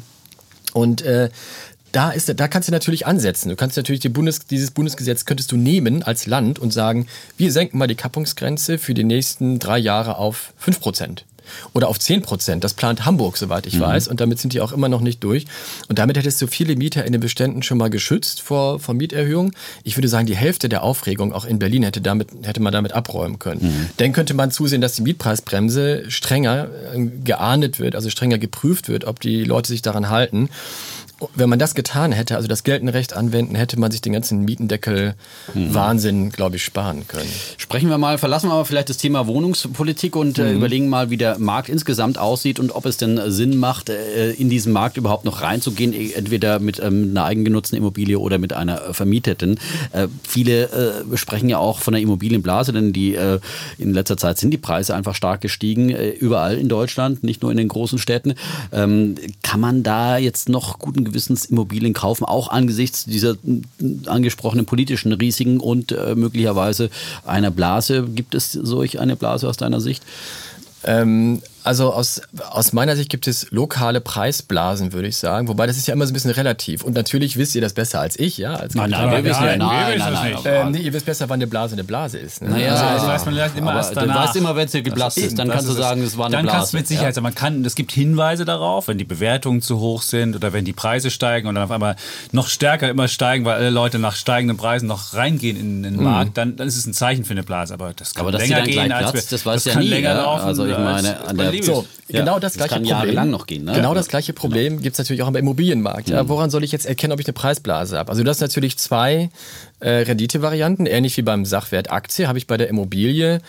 Speaker 4: Und äh, da, ist, da kannst du natürlich ansetzen. Du kannst natürlich die Bundes, dieses Bundesgesetz könntest du nehmen als Land und sagen, wir senken mal die Kappungsgrenze für die nächsten drei Jahre auf fünf Prozent. Oder auf zehn Prozent. Das plant Hamburg, soweit ich mhm. weiß. Und damit sind die auch immer noch nicht durch. Und damit hättest du viele Mieter in den Beständen schon mal geschützt vor, vor Mieterhöhungen. Ich würde sagen, die Hälfte der Aufregung auch in Berlin hätte, damit, hätte man damit abräumen können. Mhm. Dann könnte man zusehen, dass die Mietpreisbremse strenger äh, geahndet wird, also strenger geprüft wird, ob die Leute sich daran halten. Wenn man das getan hätte, also das geltende Recht anwenden, hätte man sich den ganzen Mietendeckel-Wahnsinn, mhm. glaube ich, sparen können.
Speaker 1: Sprechen wir mal, verlassen wir aber vielleicht das Thema Wohnungspolitik und mhm. äh, überlegen mal, wie der Markt insgesamt aussieht und ob es denn Sinn macht, äh, in diesen Markt überhaupt noch reinzugehen, entweder mit ähm, einer eigengenutzten Immobilie oder mit einer vermieteten. Äh, viele äh, sprechen ja auch von der Immobilienblase, denn die äh, in letzter Zeit sind die Preise einfach stark gestiegen, äh, überall in Deutschland, nicht nur in den großen Städten. Ähm, kann man da jetzt noch guten Gewissens Immobilien kaufen, auch angesichts dieser angesprochenen politischen Risiken und äh, möglicherweise einer Blase? Gibt es solch eine Blase aus deiner Sicht?
Speaker 4: Ähm, also aus, aus meiner Sicht gibt es lokale Preisblasen, würde ich sagen. Wobei, das ist ja immer so ein bisschen relativ. Und natürlich wisst ihr das besser als ich, ja? Als
Speaker 1: nein, nein, wir wissen ja, nein,
Speaker 2: nein,
Speaker 1: nein,
Speaker 2: nein,
Speaker 1: nein.
Speaker 4: Ähm, nee, ihr wisst besser, wann eine Blase eine Blase ist. Ne?
Speaker 1: Naja,
Speaker 2: also, also weiß man vielleicht immer erst danach.
Speaker 1: Du weißt immer, wenn es dir geblasst ist, dann kannst du sagen, es war eine
Speaker 2: dann
Speaker 1: Blase.
Speaker 2: Dann kannst du mit Sicherheit sagen, man kann, es gibt Hinweise darauf, wenn die Bewertungen zu hoch sind oder wenn die Preise steigen und dann auf einmal noch stärker immer steigen, weil alle Leute nach steigenden Preisen noch reingehen in den Markt, mhm. dann, dann ist es ein Zeichen für eine Blase. Aber das kann
Speaker 1: aber
Speaker 2: länger gehen, als
Speaker 1: Platz,
Speaker 2: wir,
Speaker 1: das weiß
Speaker 2: das
Speaker 1: ja nie.
Speaker 2: länger
Speaker 1: Ja?
Speaker 2: laufen.
Speaker 1: Also ich meine, an der,
Speaker 4: so,
Speaker 1: ja,
Speaker 4: genau das, das gleiche
Speaker 1: kann
Speaker 4: Problem.
Speaker 1: Lang noch gehen, ne?
Speaker 4: Genau das gleiche Problem genau. gibt es natürlich auch im Immobilienmarkt. Ja, woran soll ich jetzt erkennen, ob ich eine Preisblase habe? Also du hast natürlich zwei äh, Renditevarianten, ähnlich wie beim Sachwert Aktie, habe ich bei der Immobilie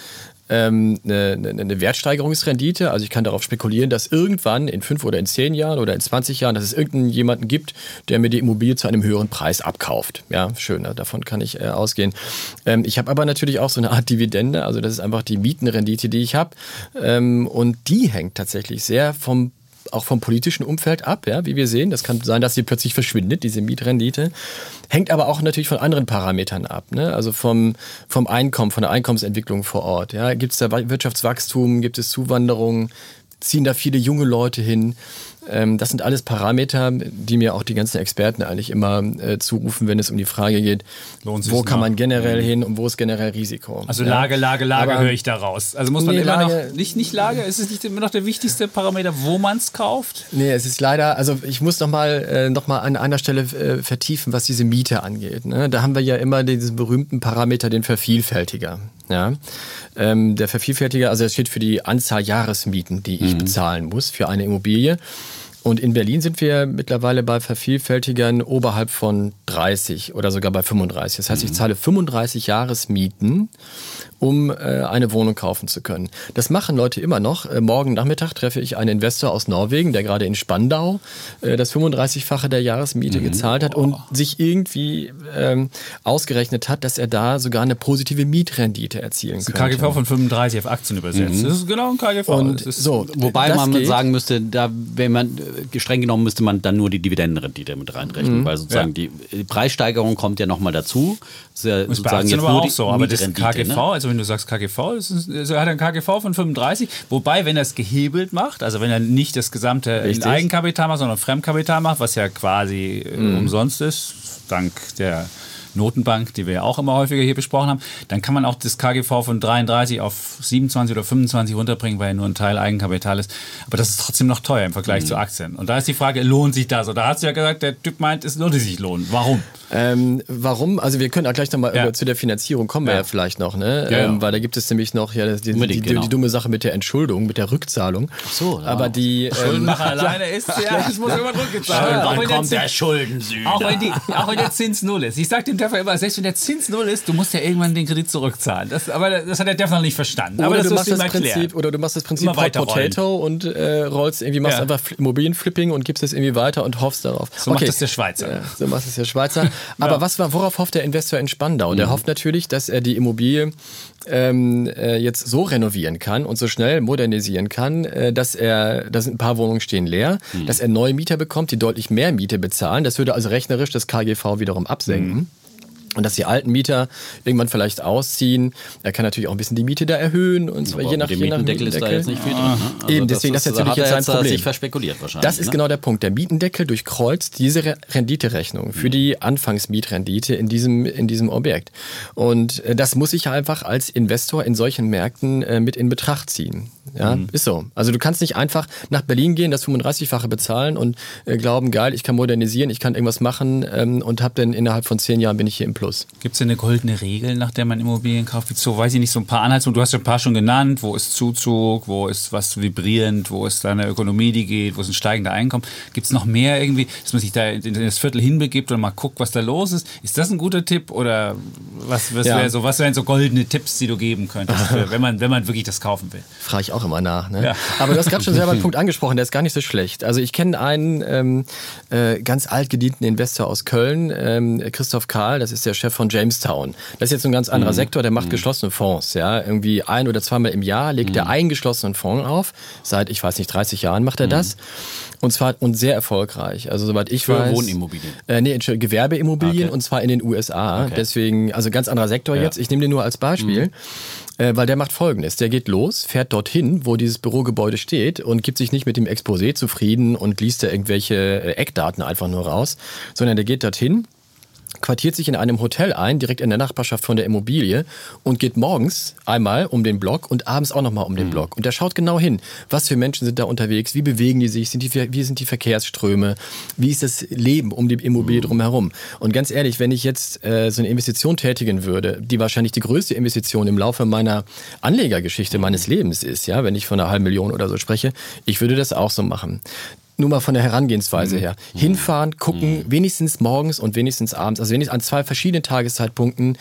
Speaker 4: ähm, eine, eine Wertsteigerungsrendite. Also ich kann darauf spekulieren, dass irgendwann in fünf oder in zehn Jahren oder in zwanzig Jahren, dass es irgendjemanden gibt, der mir die Immobilie zu einem höheren Preis abkauft. Ja, schön, davon kann ich äh, ausgehen. Ähm, ich habe aber natürlich auch so eine Art Dividende, also das ist einfach die Mietenrendite, die ich habe. Ähm, und die hängt tatsächlich sehr vom auch vom politischen Umfeld ab, ja, wie wir sehen. Das kann sein, dass sie plötzlich verschwindet, diese Mietrendite. Hängt aber auch natürlich von anderen Parametern ab, ne? Also vom, vom Einkommen, von der Einkommensentwicklung vor Ort. Ja? Gibt es da Wirtschaftswachstum, gibt es Zuwanderung, ziehen da viele junge Leute hin? Das sind alles Parameter, die mir auch die ganzen Experten eigentlich immer äh, zurufen, wenn es um die Frage geht, wo kann man generell hin und wo ist generell Risiko.
Speaker 2: Also Lage, Lage, Lage Aber, höre ich da raus. Also muss man nee, immer Lage, noch, nicht, nicht Lage, ist es nicht immer noch der wichtigste Parameter, wo man es kauft?
Speaker 4: Nee, es ist leider, also ich muss nochmal äh, noch mal an einer Stelle äh, vertiefen, was diese Miete angeht. Ne? Da haben wir ja immer diesen berühmten Parameter, den Vervielfältiger. Ja? Ähm, der Vervielfältiger, also das steht für die Anzahl Jahresmieten, die ich mhm. bezahlen muss für eine Immobilie. Und in Berlin sind wir mittlerweile bei Vervielfältigern oberhalb von dreißig oder sogar bei fünfunddreißig. Das heißt, ich zahle fünfunddreißig Jahresmieten, um äh, eine Wohnung kaufen zu können. Das machen Leute immer noch. Äh, morgen Nachmittag treffe ich einen Investor aus Norwegen, der gerade in Spandau äh, das fünfunddreißigfache der Jahresmiete mhm. gezahlt hat und sich irgendwie ähm, ausgerechnet hat, dass er da sogar eine positive Mietrendite erzielen könnte.
Speaker 2: K G V von fünfunddreißig auf Aktien übersetzt. Mhm. Das ist genau ein K G V.
Speaker 1: Und so, wobei man geht. sagen müsste, da, wenn man streng genommen müsste man dann nur die Dividendenrendite mit reinrechnen, mhm. weil sozusagen ja. die Preissteigerung kommt ja nochmal dazu. Das ist ja
Speaker 2: das sozusagen jetzt aber nur auch die so, aber das K G V, ne? Also wenn du sagst K G V, das ist, also er hat ein K G V von fünfunddreißig, wobei wenn er es gehebelt macht, also wenn er nicht das gesamte Richtig. Eigenkapital macht, sondern Fremdkapital macht, was ja quasi mhm. umsonst ist, dank der Notenbank, die wir ja auch immer häufiger hier besprochen haben, dann kann man auch das K G V von dreiunddreißig auf siebenundzwanzig oder fünfundzwanzig runterbringen, weil ja nur ein Teil Eigenkapital ist. Aber das ist trotzdem noch teuer im Vergleich mhm. zu Aktien. Und da ist die Frage, lohnt sich das? Oder hast du ja gesagt, der Typ meint, es lohnt sich lohnen. Warum?
Speaker 4: Ähm, warum? Also wir können auch gleich nochmal ja. zu der Finanzierung kommen wir ja, ja vielleicht noch, ne? Ja, ja. Ähm, weil da gibt es nämlich noch ja, die, die, die, genau. die dumme Sache mit der Entschuldung, mit der Rückzahlung.
Speaker 1: Ach so,
Speaker 4: aber
Speaker 1: ja.
Speaker 4: die ähm,
Speaker 2: Schuldenmacher alleine ist ja, es muss immer rückgezahlt werden.
Speaker 1: Dann kommt der, der Schuldensühner.
Speaker 2: Auch wenn, die, auch wenn der Zins null ist. Ich sag dem Defner immer, selbst wenn der Zins null ist, du musst ja irgendwann den Kredit zurückzahlen. Das, aber das hat der Defner noch nicht verstanden.
Speaker 4: Oder,
Speaker 2: aber das
Speaker 4: du machst das Prinzip, oder du machst das Prinzip Hot Potato und äh, rollst irgendwie, machst ja. einfach Immobilienflipping und gibst es irgendwie weiter und hoffst darauf.
Speaker 2: So okay. macht das der Schweizer.
Speaker 4: Ja, so macht es der Schweizer. Aber ja. was war, worauf hofft der Investor in Spandau? Mhm. Der hofft natürlich, dass er die Immobilie ähm, äh, jetzt so renovieren kann und so schnell modernisieren kann, äh, dass er, da sind ein paar Wohnungen stehen leer, mhm. dass er neue Mieter bekommt, die deutlich mehr Miete bezahlen. Das würde also rechnerisch das K G V wiederum absenken. Mhm. Und dass die alten Mieter irgendwann vielleicht ausziehen. Er kann natürlich auch ein bisschen die Miete da erhöhen. Und zwar je nach
Speaker 1: dem Mietendeckel ist da jetzt nicht viel drin. Ne?
Speaker 4: Also Eben, deswegen das ist natürlich jetzt sein Problem.
Speaker 1: Sich verspekuliert wahrscheinlich.
Speaker 4: Das ist ne? genau der Punkt. Der Mietendeckel durchkreuzt diese Renditerechnung für die Anfangsmietrendite in diesem, in diesem Objekt. Und das muss ich einfach als Investor in solchen Märkten äh, mit in Betracht ziehen. Ja, mhm. ist so. Also du kannst nicht einfach nach Berlin gehen, das fünfunddreißigfache bezahlen und äh, glauben, geil, ich kann modernisieren, ich kann irgendwas machen ähm, und hab dann innerhalb von zehn Jahren bin ich hier im Plus.
Speaker 2: Gibt es denn eine goldene Regel, nach der man Immobilien kauft? So, weiß ich nicht, so ein paar Anhaltspunkte. Du hast ja ein paar schon genannt. Wo ist Zuzug? Wo ist was vibrierend? Wo ist da eine Ökonomie, die geht? Wo ist ein steigender Einkommen? Gibt es noch mehr irgendwie, dass man sich da in das Viertel hinbegibt und mal guckt, was da los ist? Ist das ein guter Tipp? Oder was, was, ja. wär so, was wären so goldene Tipps, die du geben könntest, für, wenn, man, wenn man wirklich das kaufen will?
Speaker 4: Frage ich auch immer nach. Ne? Ja. Aber du hast gerade schon selber einen Punkt angesprochen, der ist gar nicht so schlecht. Also ich kenne einen ähm, äh, ganz altgedienten Investor aus Köln, ähm, Christoph Kahl, das ist der Chef von Jamestown. Das ist jetzt ein ganz anderer mhm. Sektor, der macht mhm. geschlossene Fonds. Ja? Irgendwie ein- oder zweimal im Jahr legt mhm. er einen geschlossenen Fonds auf. Seit, ich weiß nicht, dreißig Jahren macht er mhm. das. Und zwar und sehr erfolgreich. Also soweit ich
Speaker 1: Für
Speaker 4: weiß.
Speaker 1: Wohnimmobilien?
Speaker 4: Äh, nee, Gewerbeimmobilien okay. und zwar in den U S A.
Speaker 1: Okay.
Speaker 4: Deswegen, also ganz anderer Sektor ja. jetzt. Ich nehme den nur als Beispiel. Mhm. Äh, weil der macht Folgendes. Der geht los, fährt dorthin, wo dieses Bürogebäude steht und gibt sich nicht mit dem Exposé zufrieden und liest da irgendwelche Eckdaten einfach nur raus, sondern der geht dorthin, quartiert sich in einem Hotel ein, direkt in der Nachbarschaft von der Immobilie und geht morgens einmal um den Block und abends auch nochmal um den mhm. Block. Und der schaut genau hin, was für Menschen sind da unterwegs, wie bewegen die sich, sind die, wie sind die Verkehrsströme, wie ist das Leben um die Immobilie drumherum. Und ganz ehrlich, wenn ich jetzt äh, so eine Investition tätigen würde, die wahrscheinlich die größte Investition im Laufe meiner Anlegergeschichte meines Lebens ist, ja, wenn ich von einer halben Million oder so spreche, ich würde das auch so machen. Nur mal von der Herangehensweise her. Hinfahren, gucken, wenigstens morgens und wenigstens abends, also wenigstens an zwei verschiedenen Tageszeitpunkten,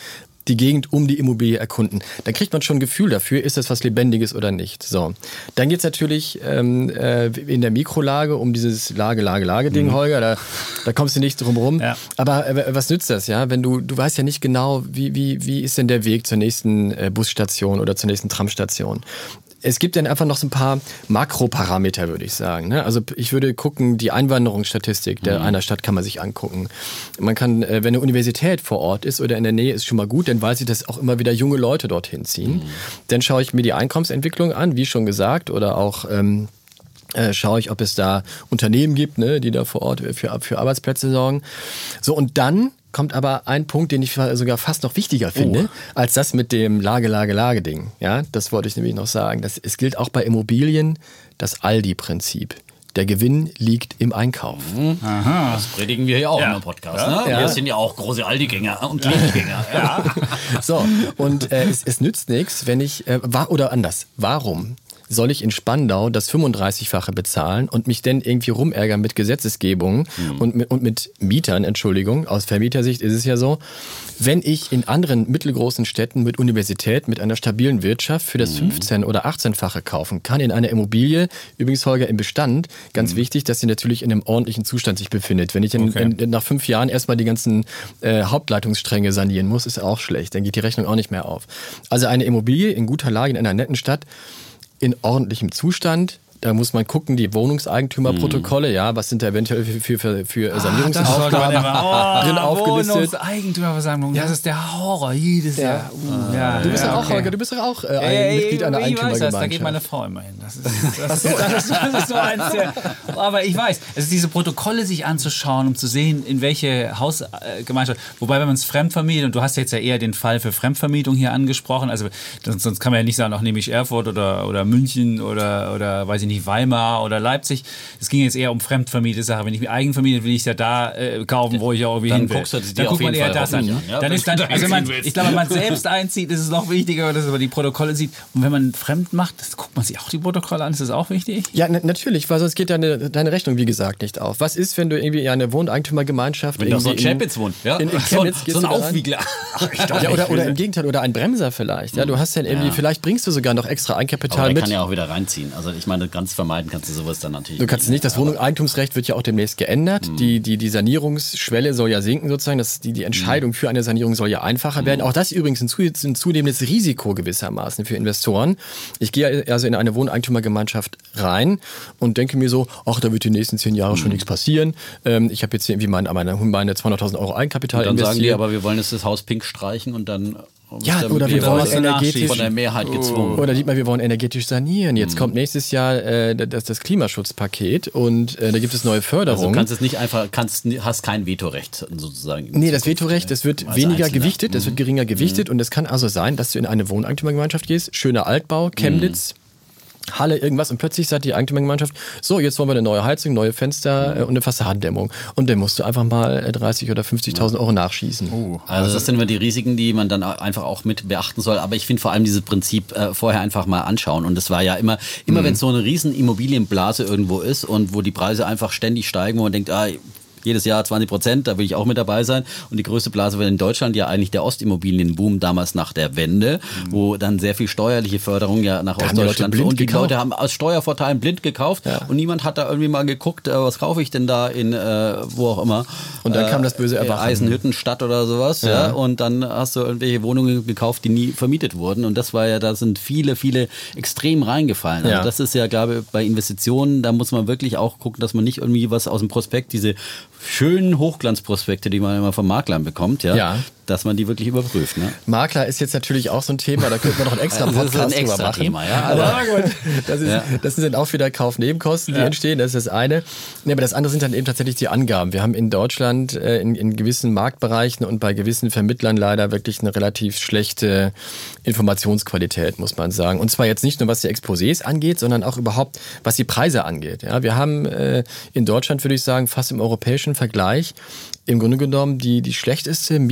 Speaker 4: die Gegend um die Immobilie erkunden. Dann kriegt man schon ein Gefühl dafür, ist das was Lebendiges oder nicht. So. Dann geht es natürlich ähm, äh, in der Mikrolage um dieses Lage, Lage, Lage-Ding, mhm. Holger. Da, da kommst du nicht drum rum. Ja. Aber äh, was nützt das, ja? Wenn du, du weißt ja nicht genau, wie, wie, wie ist denn der Weg zur nächsten äh, Busstation oder zur nächsten Tramstation. Es gibt dann einfach noch so ein paar Makroparameter, würde ich sagen. Also ich würde gucken, die Einwanderungsstatistik der mhm. einer Stadt kann man sich angucken. Man kann, wenn eine Universität vor Ort ist oder in der Nähe ist, schon mal gut, dann weiß ich, dass auch immer wieder junge Leute dorthin ziehen. Mhm. Dann schaue ich mir die Einkommensentwicklung an, wie schon gesagt, oder auch ähm, äh, schaue ich, ob es da Unternehmen gibt, ne, die da vor Ort für, für Arbeitsplätze sorgen. So, und dann kommt aber ein Punkt, den ich sogar fast noch wichtiger finde, oh. als das mit dem Lage-Lage-Lage-Ding. Ja, das wollte ich nämlich noch sagen. Das, es gilt auch bei Immobilien das Aldi-Prinzip. Der Gewinn liegt im Einkauf.
Speaker 1: Mhm. Aha. Das predigen wir hier auch ja. im Podcast. Ja. Ne? Ja. Wir sind ja auch große Aldi-Gänger und Lidl-Gänger. Ja.
Speaker 4: So, und äh, es, es nützt nichts, wenn ich, äh, war, oder anders, warum soll ich in Spandau das fünfunddreißigfache bezahlen und mich dann irgendwie rumärgern mit Gesetzesgebung mhm. und, mit, und mit Mietern, Entschuldigung, aus Vermietersicht ist es ja so, wenn ich in anderen mittelgroßen Städten mit Universität, mit einer stabilen Wirtschaft für das mhm. fünfzehn- oder achtzehnfache kaufen kann in einer Immobilie, übrigens Holger im Bestand, ganz mhm. wichtig, dass sie natürlich in einem ordentlichen Zustand sich befindet. Wenn ich in, okay. in, nach fünf Jahren erstmal die ganzen äh, Hauptleitungsstränge sanieren muss, ist auch schlecht, dann geht die Rechnung auch nicht mehr auf. Also eine Immobilie in guter Lage in einer netten Stadt, in ordentlichem Zustand. Da muss man gucken, die Wohnungseigentümerprotokolle, ja, was sind da eventuell für, für, für ah, Sanierungsaufgaben
Speaker 2: oh, drin aufgelistet. Wohnungseigentümerversammlung, ja. Das ist der Horror jedes ja. Jahr. Uh, ja,
Speaker 4: du bist ja,
Speaker 2: ja
Speaker 4: auch, okay. Holger, du bist doch auch äh, ein ey, Mitglied einer Eigentümergemeinschaft.
Speaker 2: Da geht meine Frau immer hin. Das ist, das ist, das ist, das ist so eins der, aber ich weiß, es ist diese Protokolle sich anzuschauen, um zu sehen, in welche Hausgemeinschaft, wobei wenn man es fremdvermietet, und du hast jetzt ja eher den Fall für Fremdvermietung hier angesprochen, also sonst kann man ja nicht sagen, auch nehme ich Erfurt oder, oder München oder, oder weiß ich nicht, Weimar oder Leipzig. Es ging jetzt eher um fremdvermietete Sachen. Wenn ich mir eigenvermietet, will ich es ja da äh, kaufen, wo ich auch irgendwie
Speaker 1: dann
Speaker 2: hin will.
Speaker 1: Guckst du
Speaker 2: dann guckt man eher das an.
Speaker 1: Ja,
Speaker 2: dann ist dann, also man, ich glaube, wenn man selbst einzieht, ist es noch wichtiger, dass man die Protokolle sieht. Und wenn man fremd macht, das guckt man sich auch die Protokolle an. Ist das auch wichtig?
Speaker 4: Ja, n- natürlich, weil sonst geht deine, deine Rechnung, wie gesagt, nicht auf. Was ist, wenn du irgendwie in eine Wohneigentümergemeinschaft
Speaker 1: wenn du so in Chemnitz wohnst, ja?
Speaker 4: In, in Chemnitz
Speaker 1: so, so ein Aufwiegler.
Speaker 4: ja, oder, oder im Gegenteil, oder ein Bremser vielleicht. Ja, du hast dann irgendwie, ja. vielleicht bringst du sogar noch extra Eigenkapital
Speaker 1: aber der
Speaker 4: mit.
Speaker 1: kann ja auch wieder reinziehen. Also ich meine, ganz vermeiden kannst du sowas dann natürlich.
Speaker 4: Du kannst es nicht. Das Wohneigentumsrecht wird ja auch demnächst geändert. Mhm. Die, die, die Sanierungsschwelle soll ja sinken sozusagen. Das, die, die Entscheidung mhm. für eine Sanierung soll ja einfacher mhm. werden. Auch das übrigens ein, ein zunehmendes Risiko gewissermaßen für Investoren. Ich gehe also in eine Wohneigentümergemeinschaft rein und denke mir so, ach, da wird die nächsten zehn Jahre mhm. schon nichts passieren. Ähm, ich habe jetzt irgendwie meine, meine, meine zweihunderttausend Euro Eigenkapital
Speaker 1: und dann
Speaker 4: investiert.
Speaker 1: Sagen die, aber wir wollen jetzt das Haus pink streichen und dann...
Speaker 4: Ja, oder wir wollen energetisch
Speaker 1: von der Mehrheit gezwungen.
Speaker 4: Oder sieht man, wir wollen energetisch sanieren. Jetzt mhm. kommt nächstes Jahr äh, das, das Klimaschutzpaket und äh, da gibt es neue Förderungen.
Speaker 1: Also du kannst es nicht einfach, kannst, hast kein Vetorecht sozusagen.
Speaker 4: Nee, das Vetorecht, das wird weniger Einzelner. gewichtet, das mhm. wird geringer gewichtet mhm. und es kann also sein, dass du in eine Wohneigentümergemeinschaft gehst, schöner Altbau, Chemnitz, mhm. Halle, irgendwas und plötzlich sagt die Eigentümergemeinschaft, so, jetzt wollen wir eine neue Heizung, neue Fenster äh, und eine Fassadendämmung. Und dann musst du einfach mal dreißig oder fünfzigtausend Euro nachschießen.
Speaker 1: Uh, also das sind immer die Risiken, die man dann einfach auch mit beachten soll. Aber ich finde vor allem dieses Prinzip äh, vorher einfach mal anschauen. Und das war ja immer, immer mhm. wenn es so eine riesen Immobilienblase irgendwo ist und wo die Preise einfach ständig steigen, wo man denkt, ah, jedes Jahr zwanzig Prozent, da will ich auch mit dabei sein. Und die größte Blase war in Deutschland ja eigentlich der Ostimmobilienboom damals nach der Wende, mhm. wo dann sehr viel steuerliche Förderung ja nach da Ostdeutschland
Speaker 4: und
Speaker 1: die
Speaker 4: gekauft.
Speaker 1: Leute haben aus Steuervorteilen blind gekauft ja. und niemand hat da irgendwie mal geguckt, äh, was kaufe ich denn da in äh, wo auch immer.
Speaker 4: Und dann
Speaker 1: äh,
Speaker 4: kam das böse Erwachen.
Speaker 1: Eisenhüttenstadt oder sowas. Ja. Ja. Und dann hast du irgendwelche Wohnungen gekauft, die nie vermietet wurden. Und das war ja, da sind viele, viele extrem reingefallen. Also ja. das ist ja, glaube ich, bei Investitionen, da muss man wirklich auch gucken, dass man nicht irgendwie was aus dem Prospekt, diese schönen Hochglanzprospekte, die man immer von Maklern bekommt, ja, ja. dass man die wirklich überprüft. Ne?
Speaker 4: Makler ist jetzt natürlich auch so ein Thema, da könnte man noch einen extra Podcast
Speaker 1: das ist ein extra
Speaker 4: drüber machen.
Speaker 1: Thema, ja,
Speaker 4: aber aber gut, das, ist, ja. das sind auch wieder Kaufnebenkosten, die ja. entstehen, das ist das eine. Nee, aber das andere sind dann eben tatsächlich die Angaben. Wir haben in Deutschland äh, in, in gewissen Marktbereichen und bei gewissen Vermittlern leider wirklich eine relativ schlechte Informationsqualität, muss man sagen. Und zwar jetzt nicht nur, was die Exposés angeht, sondern auch überhaupt, was die Preise angeht. Ja, wir haben äh, in Deutschland, würde ich sagen, fast im europäischen Vergleich im Grunde genommen die, die schlechteste Mietpreisstatistik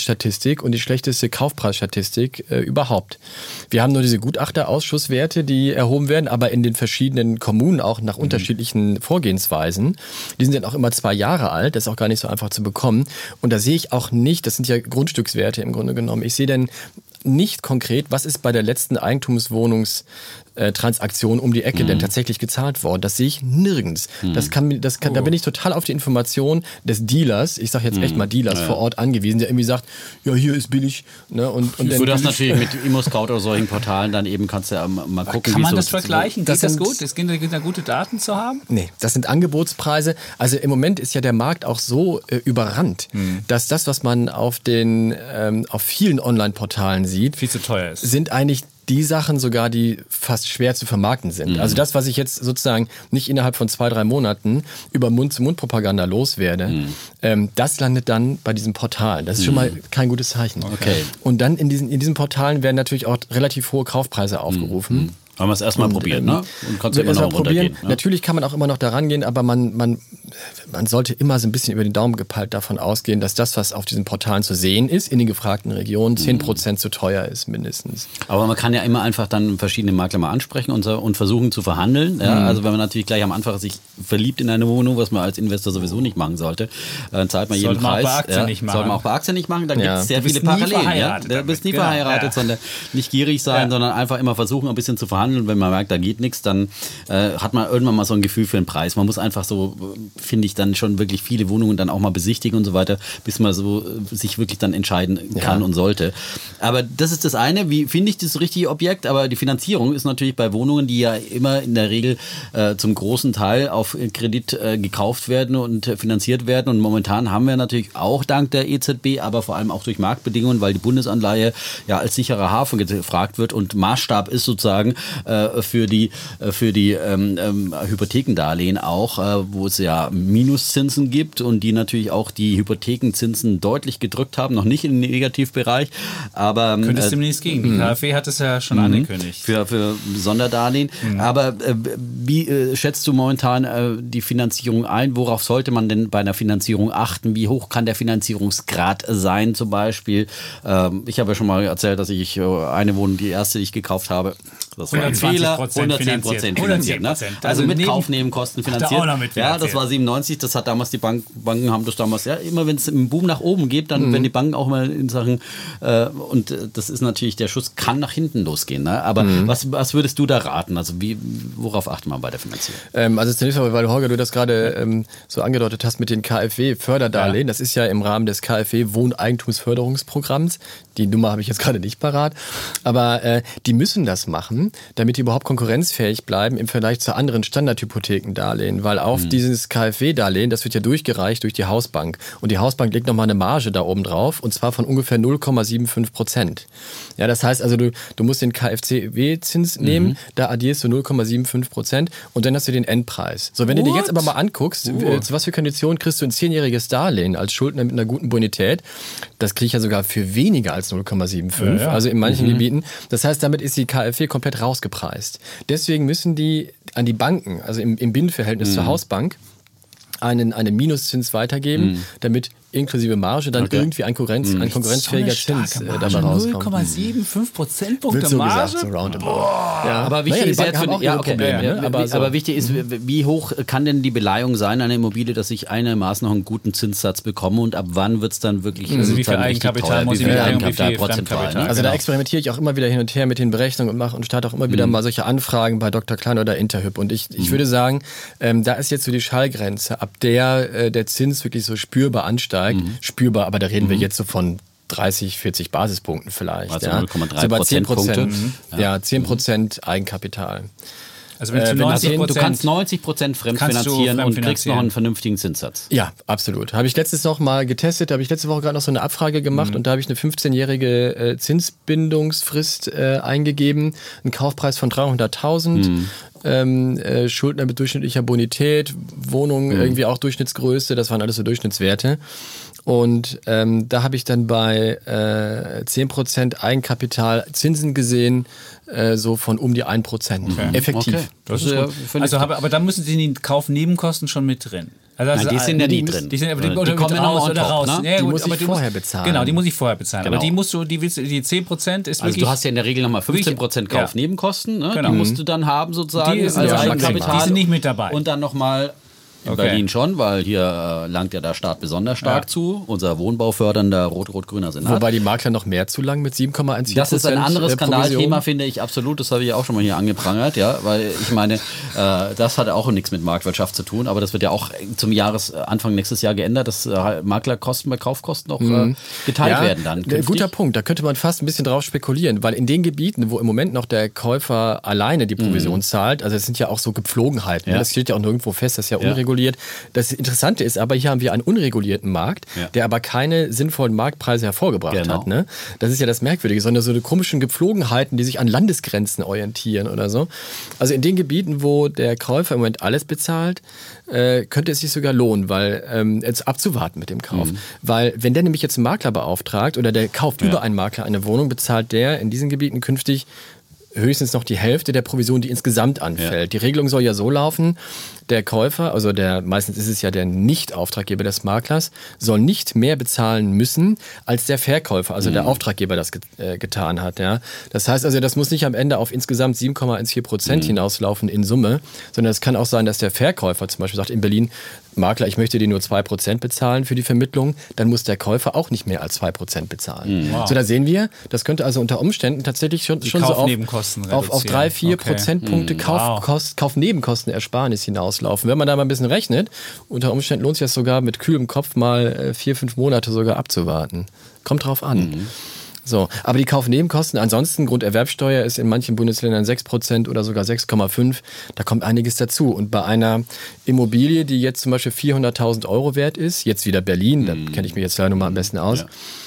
Speaker 4: Mietpreisstatistik und die schlechteste Kaufpreisstatistik äh, überhaupt. Wir haben nur diese Gutachterausschusswerte, die erhoben werden, aber in den verschiedenen Kommunen auch nach mhm. unterschiedlichen Vorgehensweisen. Die sind dann auch immer zwei Jahre alt, das ist auch gar nicht so einfach zu bekommen. Und da sehe ich auch nicht, das sind ja Grundstückswerte im Grunde genommen, ich sehe dann nicht konkret, was ist bei der letzten Eigentumswohnungstransaktion um die Ecke mhm. denn tatsächlich gezahlt worden. Das sehe ich nirgends. Mhm. Das kann, das kann, oh. Da bin ich total auf die Information des Dealers, ich sage jetzt mhm. echt mal Dealers ja. vor Ort angewiesen, der irgendwie sagt, ja, hier ist billig. Ne, und, und
Speaker 1: du das natürlich mit ImmoScout oder solchen Portalen dann eben kannst du ja mal gucken.
Speaker 2: Kann man
Speaker 1: so
Speaker 2: das vergleichen? Geht das gut? Es geht da gute Daten zu haben?
Speaker 4: Nee, das sind Angebotspreise. Also im Moment ist ja der Markt auch so äh, überrannt, mhm. dass das, was man auf den ähm, auf vielen Online-Portalen sieht,
Speaker 2: viel zu teuer ist.
Speaker 4: Sind eigentlich die Sachen sogar, die fast schwer zu vermarkten sind. Mhm. Also das, was ich jetzt sozusagen nicht innerhalb von zwei, drei Monaten über Mund-zu-Mund-Propaganda loswerde, mhm. ähm, das landet dann bei diesem Portal. Das ist mhm. schon mal kein gutes Zeichen.
Speaker 1: Okay.
Speaker 4: Und dann in diesen, in diesen Portalen werden natürlich auch relativ hohe Kaufpreise aufgerufen.
Speaker 1: Mhm. Haben wir es erstmal probiert, ne?
Speaker 4: Und kannst du immer noch probieren. Ne? Natürlich kann man auch immer noch daran gehen, aber man, man, man sollte immer so ein bisschen über den Daumen gepeilt davon ausgehen, dass das, was auf diesen Portalen zu sehen ist, in den gefragten Regionen zehn Prozent zu teuer ist, mindestens.
Speaker 1: Aber man kann ja immer einfach dann verschiedene Makler mal ansprechen und, und versuchen zu verhandeln. Ja? Mhm. Also wenn man natürlich gleich am Anfang sich verliebt in eine Wohnung, was man als Investor sowieso nicht machen sollte, dann zahlt man jeden Preis.
Speaker 2: Sollte man auch bei Aktien ja, nicht machen.
Speaker 1: Sollte man auch bei Aktien nicht machen. Da ja. gibt es sehr viele Parallelen. Ja? Du bist nie genau. verheiratet, ja. sondern nicht gierig sein, ja. sondern einfach immer versuchen, ein bisschen zu verhandeln. Wenn man merkt, da geht nichts, dann äh, hat man irgendwann mal so ein Gefühl für den Preis. Man muss einfach so, finde ich, dann schon wirklich viele Wohnungen dann auch mal besichtigen und so weiter, bis man so äh, sich wirklich dann entscheiden kann ja. und sollte. Aber das ist das eine, wie finde ich das richtige Objekt, aber die Finanzierung ist natürlich bei Wohnungen, die ja immer in der Regel äh, zum großen Teil auf Kredit äh, gekauft werden und äh, finanziert werden und momentan haben wir natürlich auch dank der E Z B, aber vor allem auch durch Marktbedingungen, weil die Bundesanleihe ja als sicherer Hafen gefragt wird und Maßstab ist sozusagen äh, für die für die ähm, ähm, Hypothekendarlehen auch, äh, wo es ja Minuszinsen gibt und die natürlich auch die Hypothekenzinsen deutlich gedrückt haben, noch nicht im Negativbereich, aber
Speaker 2: könnte es äh, demnächst gehen. Die K f W hat es ja schon
Speaker 1: m-
Speaker 2: angekündigt.
Speaker 1: Für, für Sonderdarlehen. Mhm. Aber äh, wie äh, schätzt du momentan äh, die Finanzierung ein? Worauf sollte man denn bei einer Finanzierung achten? Wie hoch kann der Finanzierungsgrad sein zum Beispiel? Ähm, ich habe ja schon mal erzählt, dass ich äh, eine Wohnung, die erste, die ich gekauft habe, das war ein Fehler, hundertzehn Prozent finanziert. Ne? Also, also mit Kaufnebenkosten finanziert. Ja, das war siebenundneunzig. Das hat damals die Bank, Banken haben das damals, ja, immer wenn es im Boom nach oben geht, dann mhm. wenn die Banken auch mal in Sachen, äh, und das ist natürlich, der Schuss kann nach hinten losgehen. Ne? Aber mhm. was, was würdest du da raten? Also wie, worauf achtet man bei der Finanzierung?
Speaker 4: Ähm, also zunächst mal, weil Holger, du das gerade ähm, so angedeutet hast mit den K f W-Förderdarlehen, ja. das ist ja im Rahmen des K f W-Wohneigentumsförderungsprogramms. Die Nummer habe ich jetzt gerade nicht parat. Aber äh, die müssen das machen, damit die überhaupt konkurrenzfähig bleiben im Vergleich zu anderen Standardhypothekendarlehen. Weil auf mhm. dieses K f W-Darlehen, das wird ja durchgereicht durch die Hausbank. Und die Hausbank legt nochmal eine Marge da oben drauf. Und zwar von ungefähr null Komma fünfundsiebzig Prozent. Ja, das heißt also, du, du musst den K f W-Zins mhm. nehmen, da addierst du null Komma fünfundsiebzig Prozent und dann hast du den Endpreis. So, wenn What? du dir jetzt aber mal anguckst, oh. zu was für Konditionen kriegst du ein zehnjähriges Darlehen als Schuldner mit einer guten Bonität, das kriege ich ja sogar für weniger als null Komma fünfundsiebzig, ja, ja. also in manchen mhm. Gebieten. Das heißt, damit ist die K f W komplett rausgepreist. Deswegen müssen die an die Banken, also im, im Binnenverhältnis mhm. zur Hausbank, einen, einen Minuszins weitergeben, mhm. damit inklusive Marge dann okay. irgendwie ein, Konkurrenz, mhm. ein konkurrenzfähiger so Zins äh, dabei rauskommt.
Speaker 2: null Komma fünfundsiebzig Prozentpunkte
Speaker 4: Wird so
Speaker 2: Marge?
Speaker 4: Gesagt, so roundabout.
Speaker 1: Ja. Aber wichtig naja, ist jetzt für, ja, okay. Probleme, ja, ne? aber, so. aber wichtig ist, wie hoch kann denn die Beleihung sein, eine Immobilie, dass ich einigermaßen noch einen guten Zinssatz bekomme und ab wann wird es dann wirklich
Speaker 2: also wie viel Eigenkapital muss ich
Speaker 1: wie viel Eigenkapital prozentual? Ne?
Speaker 4: Also
Speaker 1: genau.
Speaker 4: da experimentiere ich auch immer wieder hin und her mit den Berechnungen und mache und starte auch immer wieder mhm. mal solche Anfragen bei Doktor Klein oder Interhyp. Und ich, ich mhm. würde sagen, ähm, da ist jetzt so die Schallgrenze, ab der äh, der Zins wirklich so spürbar ansteigt, mhm. spürbar, aber da reden mhm. wir jetzt so von dreißig, vierzig Basispunkten vielleicht.
Speaker 1: Also
Speaker 4: ja.
Speaker 1: null Komma drei Prozentpunkte.
Speaker 4: Mhm. Ja, zehn Prozent Eigenkapital.
Speaker 2: Also wenn du,
Speaker 1: äh, wenn du kannst neunzig Prozent fremdfinanzieren und kriegst noch einen vernünftigen Zinssatz.
Speaker 4: Ja, absolut. Habe ich letztes noch mal getestet, habe ich letzte Woche gerade noch so eine Abfrage gemacht mhm. und da habe ich eine fünfzehnjährige äh, Zinsbindungsfrist äh, eingegeben, einen Kaufpreis von dreihunderttausend, mhm. ähm, äh, Schuldner mit durchschnittlicher Bonität, Wohnung mhm. irgendwie auch Durchschnittsgröße, das waren alles so Durchschnittswerte. Und ähm, da habe ich dann bei äh, zehn Prozent Eigenkapital Zinsen gesehen, äh, so von um die ein Prozent. Okay. Effektiv. Okay.
Speaker 2: Das ist ja also, aber, aber da müssen Sie die Kaufnebenkosten schon mit drin. Also
Speaker 1: Nein, die sind ja nie drin.
Speaker 2: Die, sind, die,
Speaker 1: die
Speaker 2: oder
Speaker 1: kommen ja
Speaker 2: raus
Speaker 1: noch
Speaker 2: oder raus.
Speaker 1: top, ne?
Speaker 2: Ja,
Speaker 4: die
Speaker 2: gut,
Speaker 4: muss
Speaker 2: aber
Speaker 4: ich
Speaker 2: die
Speaker 4: vorher
Speaker 2: muss,
Speaker 4: bezahlen.
Speaker 2: Genau, die muss ich vorher bezahlen.
Speaker 1: Genau.
Speaker 2: Aber die musst du, die, willst, die zehn Prozent ist
Speaker 1: Also
Speaker 2: wirklich...
Speaker 1: du hast ja in der Regel nochmal fünfzehn Prozent Kaufnebenkosten, ne?
Speaker 2: Genau.
Speaker 1: Die musst du dann haben sozusagen
Speaker 2: Die ist
Speaker 1: als
Speaker 2: ja
Speaker 1: Eigenkapital.
Speaker 2: Die sind nicht mit dabei.
Speaker 1: Und dann nochmal... In
Speaker 2: Okay.
Speaker 1: Berlin schon, weil hier äh, langt ja der Staat besonders stark
Speaker 2: Ja.
Speaker 1: zu. Unser wohnbaufördernder Rot-Rot-Grüner Senat.
Speaker 4: Wobei die Makler noch mehr zu lang mit sieben Komma eins vier
Speaker 1: Das ist ein
Speaker 4: Prozent,
Speaker 1: anderes
Speaker 4: äh, Provision.
Speaker 1: Skandalthema, finde ich absolut. Das habe ich ja auch schon mal hier angeprangert, ja, weil ich meine, äh, das hat auch nichts mit Marktwirtschaft zu tun, aber das wird ja auch zum Jahresanfang nächstes Jahr geändert, dass äh, Maklerkosten bei Kaufkosten auch äh, geteilt
Speaker 4: ja,
Speaker 1: werden dann. Künftig.
Speaker 4: Guter Punkt, da könnte man fast ein bisschen drauf spekulieren, weil in den Gebieten, wo im Moment noch der Käufer alleine die Provision mhm. zahlt, also es sind ja auch so Gepflogenheiten,
Speaker 1: ja.
Speaker 4: das steht ja auch nirgendwo fest, das ist ja,
Speaker 1: ja.
Speaker 4: unreguliert. Das Interessante ist aber, hier haben wir einen unregulierten Markt,
Speaker 1: ja.
Speaker 4: der aber keine sinnvollen Marktpreise hervorgebracht
Speaker 1: genau.
Speaker 4: hat. Ne? Das ist ja das Merkwürdige, sondern so eine komischen Gepflogenheiten, die sich an Landesgrenzen orientieren oder so. Also in den Gebieten, wo der Käufer im Moment alles bezahlt, äh, könnte es sich sogar lohnen, weil ähm, jetzt abzuwarten mit dem Kauf. Mhm. Weil wenn der nämlich jetzt einen Makler beauftragt oder der kauft ja. über einen Makler eine Wohnung, bezahlt der in diesen Gebieten künftig höchstens noch die Hälfte der Provision, die insgesamt anfällt. Ja. Die Regelung soll ja so laufen, der Käufer, also der meistens ist es ja der Nicht-Auftraggeber des Maklers, soll nicht mehr bezahlen müssen, als der Verkäufer, also mhm. der Auftraggeber das get, äh, getan hat. Ja. Das heißt also, das muss nicht am Ende auf insgesamt sieben Komma eins vier Prozent mhm. hinauslaufen in Summe, sondern es kann auch sein, dass der Verkäufer zum Beispiel sagt, in Berlin, Makler, ich möchte dir nur zwei Prozent bezahlen für die Vermittlung, dann muss der Käufer auch nicht mehr als zwei Prozent bezahlen. Mhm. Wow. So, da sehen wir, das könnte also unter Umständen tatsächlich schon, schon so auf, auf, auf drei, vier okay. Prozentpunkte mhm. Kauf, Kost, Kaufnebenkostenersparnis hinauslaufen. Wenn man da mal ein bisschen rechnet, unter Umständen lohnt sich das sogar mit kühlem Kopf mal vier, fünf Monate sogar abzuwarten. Kommt drauf an. Mhm. So, aber die Kaufnebenkosten, ansonsten Grunderwerbsteuer ist in manchen Bundesländern sechs Prozent oder sogar sechs Komma fünf. Da kommt einiges dazu. Und bei einer Immobilie, die jetzt zum Beispiel vierhunderttausend Euro wert ist, jetzt wieder Berlin, da kenne ich mich jetzt leider noch mal am besten aus, ja.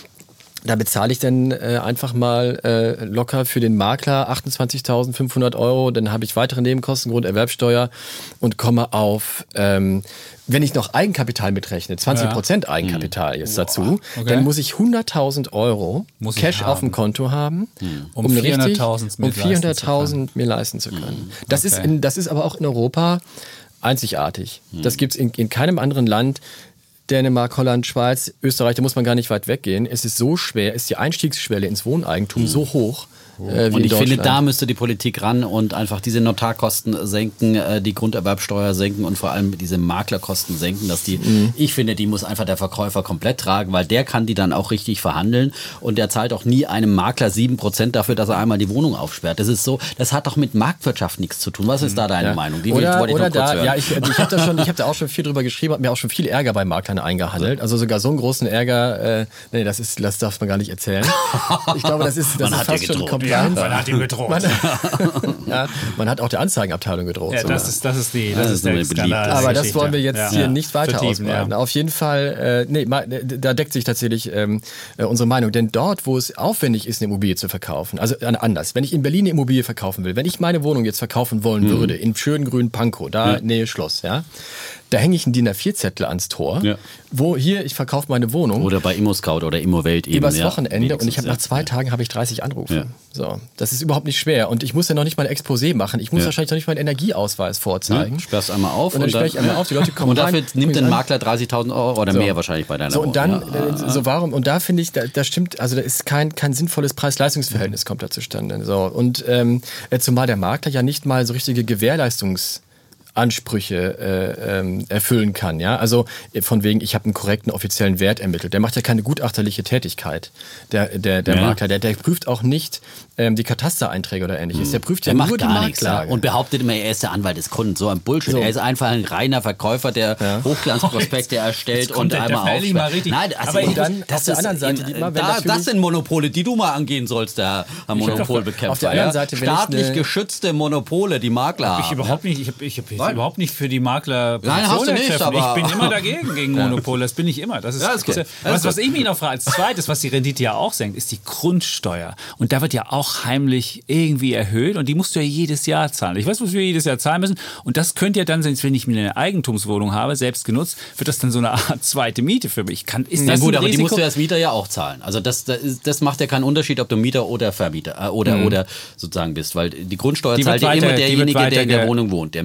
Speaker 4: Da bezahle ich dann äh, einfach mal äh, locker für den Makler achtundzwanzigtausendfünfhundert Euro. Dann habe ich weitere Nebenkosten, Grunderwerbsteuer und komme auf, ähm, wenn ich noch Eigenkapital mitrechne, zwanzig Prozent ja. Eigenkapital jetzt Boah. dazu, okay. dann muss ich hunderttausend Euro muss Cash auf dem Konto haben, hm. um, um vierhunderttausend um vierhunderttausend mir leisten zu können. Hm. Das, okay. ist in, das ist aber auch in Europa einzigartig. Hm. Das gibt es in, in keinem anderen Land. Dänemark, Holland, Schweiz, Österreich, da muss man gar nicht weit weggehen. Es ist so schwer, ist die Einstiegsschwelle ins Wohneigentum mhm. so hoch. Äh,
Speaker 1: und ich finde, da müsste die Politik ran und einfach diese Notarkosten senken, äh, die Grunderwerbsteuer senken und vor allem diese Maklerkosten senken, dass die, mhm. ich finde, die muss einfach der Verkäufer komplett tragen, weil der kann die dann auch richtig verhandeln und der zahlt auch nie einem Makler sieben Prozent dafür, dass er einmal die Wohnung aufsperrt. Das ist so, das hat doch mit Marktwirtschaft nichts zu tun. Was ist da deine ja. Meinung? Die
Speaker 4: oder
Speaker 1: wollte ich
Speaker 4: oder
Speaker 1: noch kurz
Speaker 4: da,
Speaker 1: hören.
Speaker 4: Ja, ich, ich habe da, hab da auch schon viel drüber geschrieben, habe mir auch schon viel Ärger bei Maklern eingehandelt. Also sogar so einen großen Ärger, äh, nee, das, ist, das darf man gar nicht erzählen. Ich glaube, das ist, das
Speaker 1: man
Speaker 4: ist
Speaker 1: hat
Speaker 4: fast schon
Speaker 2: Ja,
Speaker 4: Compliance.
Speaker 2: man hat ihm gedroht.
Speaker 4: Man, ja, man hat auch der Anzeigenabteilung gedroht.
Speaker 2: Ja, das ist, das ist die, das, das ist der Skandal.
Speaker 4: Aber das wollen wir jetzt ja. hier ja. nicht weiter
Speaker 2: Vertiefen,
Speaker 4: ausbreiten. Ja. Auf jeden Fall, äh, nee, da deckt sich tatsächlich ähm, unsere Meinung. Denn dort, wo es aufwendig ist, eine Immobilie zu verkaufen, also anders, wenn ich in Berlin eine Immobilie verkaufen will, wenn ich meine Wohnung jetzt verkaufen wollen mhm. würde, in schönen grünen Pankow, da ja. Nähe Schloss, ja, da hänge ich einen D I N A vier Zettel ans Tor, ja. wo hier, ich verkaufe meine Wohnung.
Speaker 1: Oder bei ImmoScout oder Immowelt eben.
Speaker 4: Übers
Speaker 1: ja,
Speaker 4: Wochenende und ich habe nach zwei ja. Tagen habe ich dreißig Anrufe. Ja. So, das ist überhaupt nicht schwer. Und ich muss ja noch nicht mal ein Exposé machen. Ich muss ja. wahrscheinlich noch nicht mal einen Energieausweis vorzeigen.
Speaker 1: Ja, sperrst einmal auf.
Speaker 4: Und dann, und dann sperre ich einmal ja. auf, die Leute kommen
Speaker 1: und dafür
Speaker 4: rein,
Speaker 1: nimmt der Makler dreißigtausend Euro oder so. mehr wahrscheinlich bei deiner
Speaker 4: so, und
Speaker 1: Wohnung.
Speaker 4: dann, ja. so warum, und da finde ich, da, da stimmt, also da ist kein, kein sinnvolles Preis-Leistungs-Verhältnis mhm. kommt da zustande. So, und ähm, zumal der Makler ja nicht mal so richtige Gewährleistungs- Ansprüche äh, ähm, erfüllen kann. Ja? Also von wegen, ich habe einen korrekten offiziellen Wert ermittelt. Der macht ja keine gutachterliche Tätigkeit, der, der, der ja. Makler. Der, der prüft auch nicht ähm, die Katastereinträge oder ähnliches. Der prüft
Speaker 1: der
Speaker 4: ja
Speaker 1: macht
Speaker 4: nur
Speaker 1: gar
Speaker 4: die
Speaker 1: nichts. Ja. Und behauptet immer, er ist der Anwalt des Kunden. So ein Bullshit. So. Er ist einfach ein reiner Verkäufer, der ja. Hochglanzprospekte erstellt und einmal aufsperrt. Nein, also
Speaker 4: aber dann das auf der anderen Seite,
Speaker 1: in, mal, wenn da, das sind Monopole, die du mal angehen sollst, der Monopolbekämpfer.
Speaker 4: Auf der anderen Seite, wenn
Speaker 1: staatlich
Speaker 4: eine,
Speaker 1: geschützte Monopole, die Makler
Speaker 2: ich
Speaker 1: haben.
Speaker 2: Überhaupt nicht, ich habe ich hab überhaupt nicht für die Makler
Speaker 1: Nein, hast du nicht, aber
Speaker 2: ich bin immer dagegen gegen Monopol, das bin ich immer. Das ist, ja, ist okay. was, was ich mich noch frage, als zweites, was die Rendite ja auch senkt, ist die Grundsteuer. Und da wird ja auch heimlich irgendwie erhöht und die musst du ja jedes Jahr zahlen. Ich weiß, was wir jedes Jahr zahlen müssen und das könnte ja dann, wenn ich mir eine Eigentumswohnung habe, selbst genutzt, wird das dann so eine Art zweite Miete für mich. Kann, ist
Speaker 1: ja
Speaker 2: das
Speaker 1: gut,
Speaker 2: ein
Speaker 1: aber
Speaker 2: Risiko?
Speaker 1: Die musst du als Mieter ja auch zahlen. Also das, das, das macht ja keinen Unterschied, ob du Mieter oder Vermieter äh, oder, mhm. oder sozusagen bist, weil die Grundsteuer die zahlt ja immer derjenige, der in der Wohnung wohnt. Der Mieter, ja.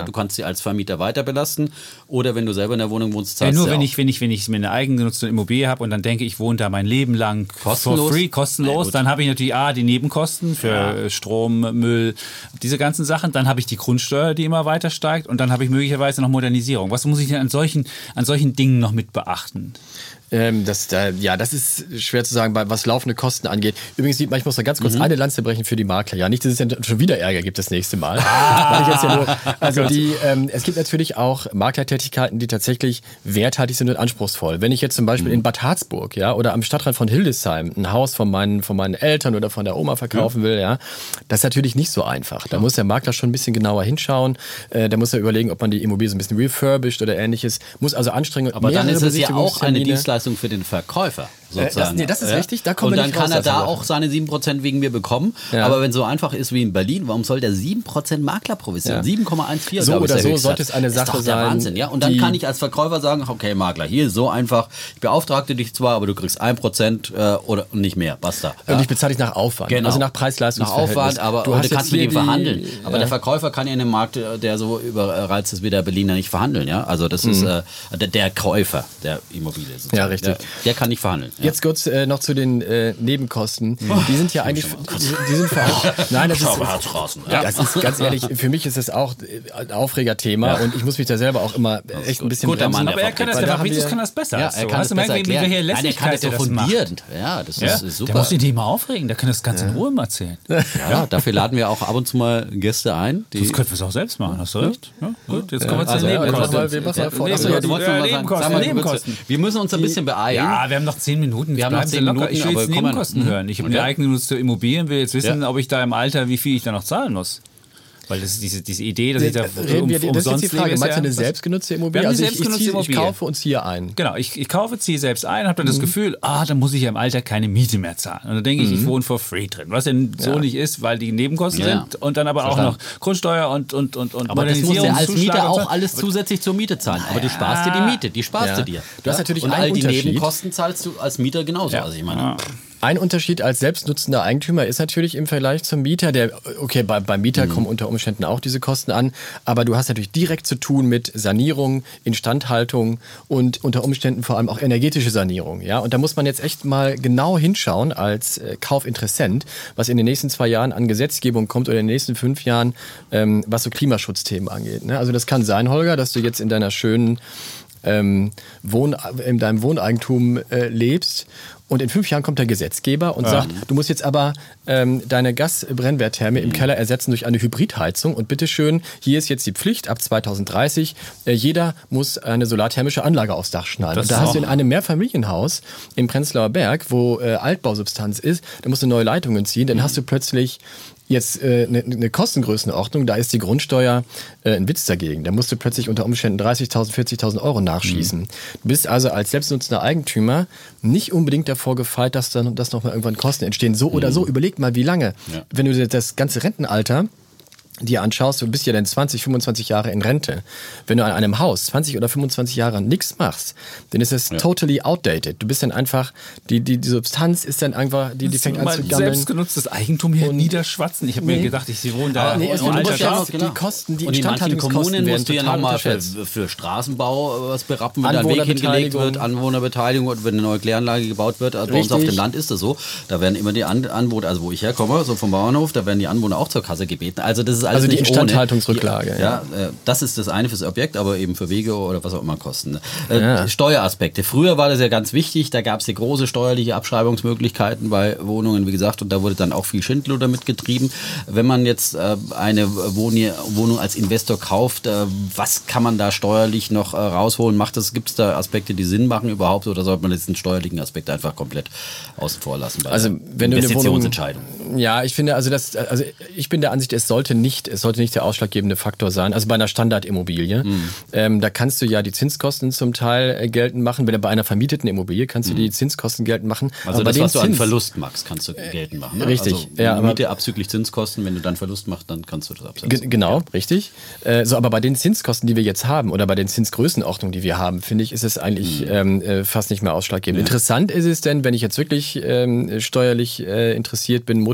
Speaker 1: Du kannst sie als Vermieter weiter belasten oder wenn du selber in der Wohnung wohnst, zahlst
Speaker 2: ja, nur
Speaker 1: du
Speaker 2: wenn
Speaker 1: auch.
Speaker 2: ich, wenn ich, wenn ich mir eine eigengenutzte Immobilie habe und dann denke ich, wohne da mein Leben lang
Speaker 1: kostenlos,
Speaker 2: for free, kostenlos, ja, dann habe ich natürlich A, die Nebenkosten für ja. Strom, Müll, diese ganzen Sachen, dann habe ich die Grundsteuer, die immer weiter steigt und dann habe ich möglicherweise noch Modernisierung. Was muss ich denn an solchen, an solchen Dingen noch mit beachten?
Speaker 4: Ähm, das, da, ja, das ist schwer zu sagen, was laufende Kosten angeht. Übrigens, ich muss da ganz kurz mhm. eine Lanze brechen für die Makler. Ja, nicht, dass es dann schon wieder Ärger gibt das nächste Mal. Ah. Ich jetzt ja nur, also die, ähm, es gibt natürlich auch Maklertätigkeiten, die tatsächlich werthaltig sind und anspruchsvoll. Wenn ich jetzt zum Beispiel mhm. in Bad Harzburg, ja, oder am Stadtrand von Hildesheim ein Haus von meinen, von meinen Eltern oder von der Oma verkaufen mhm. will, ja, das ist natürlich nicht so einfach. Da muss der Makler schon ein bisschen genauer hinschauen. Äh, da muss er überlegen, ob man die Immobilie so ein bisschen refurbished oder ähnliches. Muss also anstrengen.
Speaker 1: Aber dann ist es ja auch eine Dienstleistung für den Verkäufer. Sozusagen.
Speaker 4: Das, nee, das ist ja. richtig. Da kommen
Speaker 1: und
Speaker 4: wir
Speaker 1: dann
Speaker 4: nicht
Speaker 1: kann
Speaker 4: raus,
Speaker 1: er da auch seine sieben Prozent wegen mir bekommen. Ja. Aber wenn es so einfach ist wie in Berlin, warum soll der sieben Prozent Maklerprovision? Ja. sieben Komma vierzehn
Speaker 4: So oder so sollte
Speaker 1: hat.
Speaker 4: es eine Sache
Speaker 1: ist doch
Speaker 4: sein.
Speaker 1: Der Wahnsinn, ja? Und dann kann ich als Verkäufer sagen, okay Makler, hier so einfach, ich beauftragte dich zwar, aber du kriegst ein Prozent äh, oder nicht mehr, basta.
Speaker 4: Ja? Und ich bezahle dich nach Aufwand,
Speaker 1: genau.
Speaker 4: also nach Preis-Leistungs-Verhältnis.
Speaker 1: Nach Aufwand, aber
Speaker 4: du,
Speaker 1: du kannst mit ihm verhandeln.
Speaker 4: Die,
Speaker 1: aber
Speaker 4: ja.
Speaker 1: der Verkäufer kann ja in einem Markt, der so überreizt ist wie der Berliner, nicht verhandeln. Ja? Also das mhm. ist äh, der, der Käufer der Immobilie sozusagen.
Speaker 4: Ja, richtig.
Speaker 1: Der, der kann nicht verhandeln. Ja.
Speaker 4: Jetzt kurz äh, noch zu den äh, Nebenkosten. Die sind ja eigentlich, die, die sind vor allem, nein, das ist,
Speaker 1: ja.
Speaker 4: das ist ganz ehrlich, für mich ist das auch ein Aufregerthema ja. und ich muss mich da selber auch immer echt ein bisschen
Speaker 2: Guter Mann, aber er kann das, der Fabrizius kann das besser.
Speaker 1: Ja, er kann das besser erklären. Wie Nein, er kann das so fundierend. Ja, das
Speaker 2: ja?
Speaker 1: ist, ist super.
Speaker 2: Der muss sich nicht mal aufregen, der kann das Ganze ja. in Ruhe mal erzählen.
Speaker 1: Ja, ja, dafür laden wir auch ab und zu mal Gäste ein.
Speaker 2: Die das könnten wir es auch selbst machen, hast du recht? Ja, gut, jetzt
Speaker 1: ja.
Speaker 2: kommen wir zu den Nebenkosten.
Speaker 1: Wir müssen uns ein bisschen beeilen.
Speaker 2: Ja, wir haben noch zehn Minuten.
Speaker 1: Wir haben noch zehn Minuten.
Speaker 2: Ich will jetzt Nebenkosten hören. Ich habe eine eigengenutzte Immobilien, will jetzt wissen, ob ich da im Alter, wie viel ich da noch zahlen muss. Weil das ist diese, diese Idee, dass ich da
Speaker 4: Reden wir, um, das ist jetzt die Frage, meinst du eine selbstgenutzte Immobilie?
Speaker 2: Eine
Speaker 4: also
Speaker 2: selbstgenutzte
Speaker 4: ich, ich,
Speaker 2: Immobilie.
Speaker 4: ich kaufe und ziehe ein.
Speaker 2: Genau, ich, ich kaufe, ziehe selbst ein, habe dann mhm. das Gefühl, ah, dann muss ich ja im Alter keine Miete mehr zahlen. Und dann denke ich, mhm. ich wohne for free drin. Was denn so ja. nicht ist, weil die Nebenkosten ja. sind und dann aber Verstanden. auch noch Grundsteuer und und und und
Speaker 1: Aber das muss ja als Mieter auch alles zusätzlich zur Miete zahlen. Aber du sparst dir die Miete, die sparst ja. du dir.
Speaker 4: Du hast natürlich
Speaker 1: und
Speaker 4: einen
Speaker 1: all die
Speaker 4: Unterschied.
Speaker 1: Nebenkosten zahlst du als Mieter genauso.
Speaker 2: Ja.
Speaker 1: Also ich meine.
Speaker 2: Ja.
Speaker 4: Ein Unterschied als selbstnutzender Eigentümer ist natürlich im Vergleich zum Mieter, der, okay, bei, beim Mieter mhm. kommen unter Umständen auch diese Kosten an, aber du hast natürlich direkt zu tun mit Sanierung, Instandhaltung und unter Umständen vor allem auch energetische Sanierung. Ja? Und da muss man jetzt echt mal genau hinschauen als äh, Kaufinteressent, was in den nächsten zwei Jahren an Gesetzgebung kommt oder in den nächsten fünf Jahren, ähm, was so Klimaschutzthemen angeht. Ne? Also das kann sein, Holger, dass du jetzt in deiner schönen ähm, Wohn, in deinem Wohneigentum äh, lebst. Und in fünf Jahren kommt der Gesetzgeber und ja. sagt, du musst jetzt aber ähm, deine Gasbrennwerttherme im Keller ersetzen durch eine Hybridheizung. Und bitteschön, hier ist jetzt die Pflicht, ab zweitausenddreißig, äh, jeder muss eine solarthermische Anlage aufs Dach schnallen. Und da hast du in einem Mehrfamilienhaus im Prenzlauer Berg, wo äh, Altbausubstanz ist, da musst du neue Leitungen ziehen, dann hast du plötzlich jetzt eine äh, ne, ne Kostengrößenordnung, da ist die Grundsteuer äh, ein Witz dagegen. Da musst du plötzlich unter Umständen dreißigtausend, vierzigtausend Euro nachschießen. Mhm. Du bist also als selbstnutzender Eigentümer nicht unbedingt davor gefeit, dass dann dass noch mal irgendwann Kosten entstehen. So mhm. oder so, überleg mal, wie lange. Ja. Wenn du das ganze Rentenalter dir anschaust, du bist ja dann zwanzig, fünfundzwanzig Jahre in Rente. Wenn du an einem Haus zwanzig oder fünfundzwanzig Jahre nichts machst, dann ist es ja. totally outdated. Du bist dann einfach, die, die, die Substanz ist dann einfach, die, die fängt an zu gammeln.
Speaker 2: Selbstgenutztes Eigentum hier und niederschwatzen. Ich habe nee. mir gedacht, ich wohne da.
Speaker 4: Nee,
Speaker 2: und
Speaker 4: und
Speaker 2: Alter,
Speaker 4: ja noch, die Kosten, die
Speaker 1: und in manchen Kommunen musst du ja nochmal für,
Speaker 4: für,
Speaker 1: für Straßenbau was berappen, wenn da ein Weg hingelegt wird, Anwohnerbeteiligung und wenn eine neue Kläranlage gebaut wird. Also bei uns auf dem Land ist das so. Da werden immer die An Anwohner, also wo ich herkomme, so vom Bauernhof, da werden die Anwohner auch zur Kasse gebeten. Also das ist alles
Speaker 4: also die
Speaker 1: nicht ohne.
Speaker 4: Rücklage.
Speaker 1: Ja, ja, das ist das eine fürs Objekt, aber eben für Wege oder was auch immer kosten. Äh, ja. Steueraspekte. Früher war das ja ganz wichtig, da gab es ja große steuerliche Abschreibungsmöglichkeiten bei Wohnungen, wie gesagt, und da wurde dann auch viel Schindluder mitgetrieben. Wenn man jetzt äh, eine Wohn- Wohnung als Investor kauft, äh, was kann man da steuerlich noch äh, rausholen? Macht das, gibt es da Aspekte, die Sinn machen überhaupt, oder sollte man jetzt den steuerlichen Aspekt einfach komplett außen vor lassen? Bei
Speaker 4: also wenn du eine Wohnung, ja, ich finde, also das, also ich bin der Ansicht, es sollte nicht, es sollte nicht der ausschlaggebende Faktor sein. Also bei einer Standardimmobilie, mhm. ähm, da kannst du ja die Zinskosten zum Teil äh, geltend machen. Wenn du bei einer vermieteten Immobilie kannst du mhm. die Zinskosten geltend machen.
Speaker 1: Also
Speaker 4: aber
Speaker 1: das,
Speaker 4: bei
Speaker 1: was du
Speaker 4: Zins,
Speaker 1: an Verlust machst, kannst du geltend machen. Ne?
Speaker 4: Richtig.
Speaker 1: Also
Speaker 4: ja,
Speaker 1: Miete abzüglich Zinskosten, wenn du dann Verlust machst, dann kannst du das absetzen.
Speaker 4: Genau, ja. richtig. Äh, so, aber bei den Zinskosten, die wir jetzt haben oder bei den Zinsgrößenordnungen, die wir haben, finde ich, ist es eigentlich mhm. ähm, fast nicht mehr ausschlaggebend. Ja. Interessant ist es denn, wenn ich jetzt wirklich ähm, steuerlich äh, interessiert bin, motiviert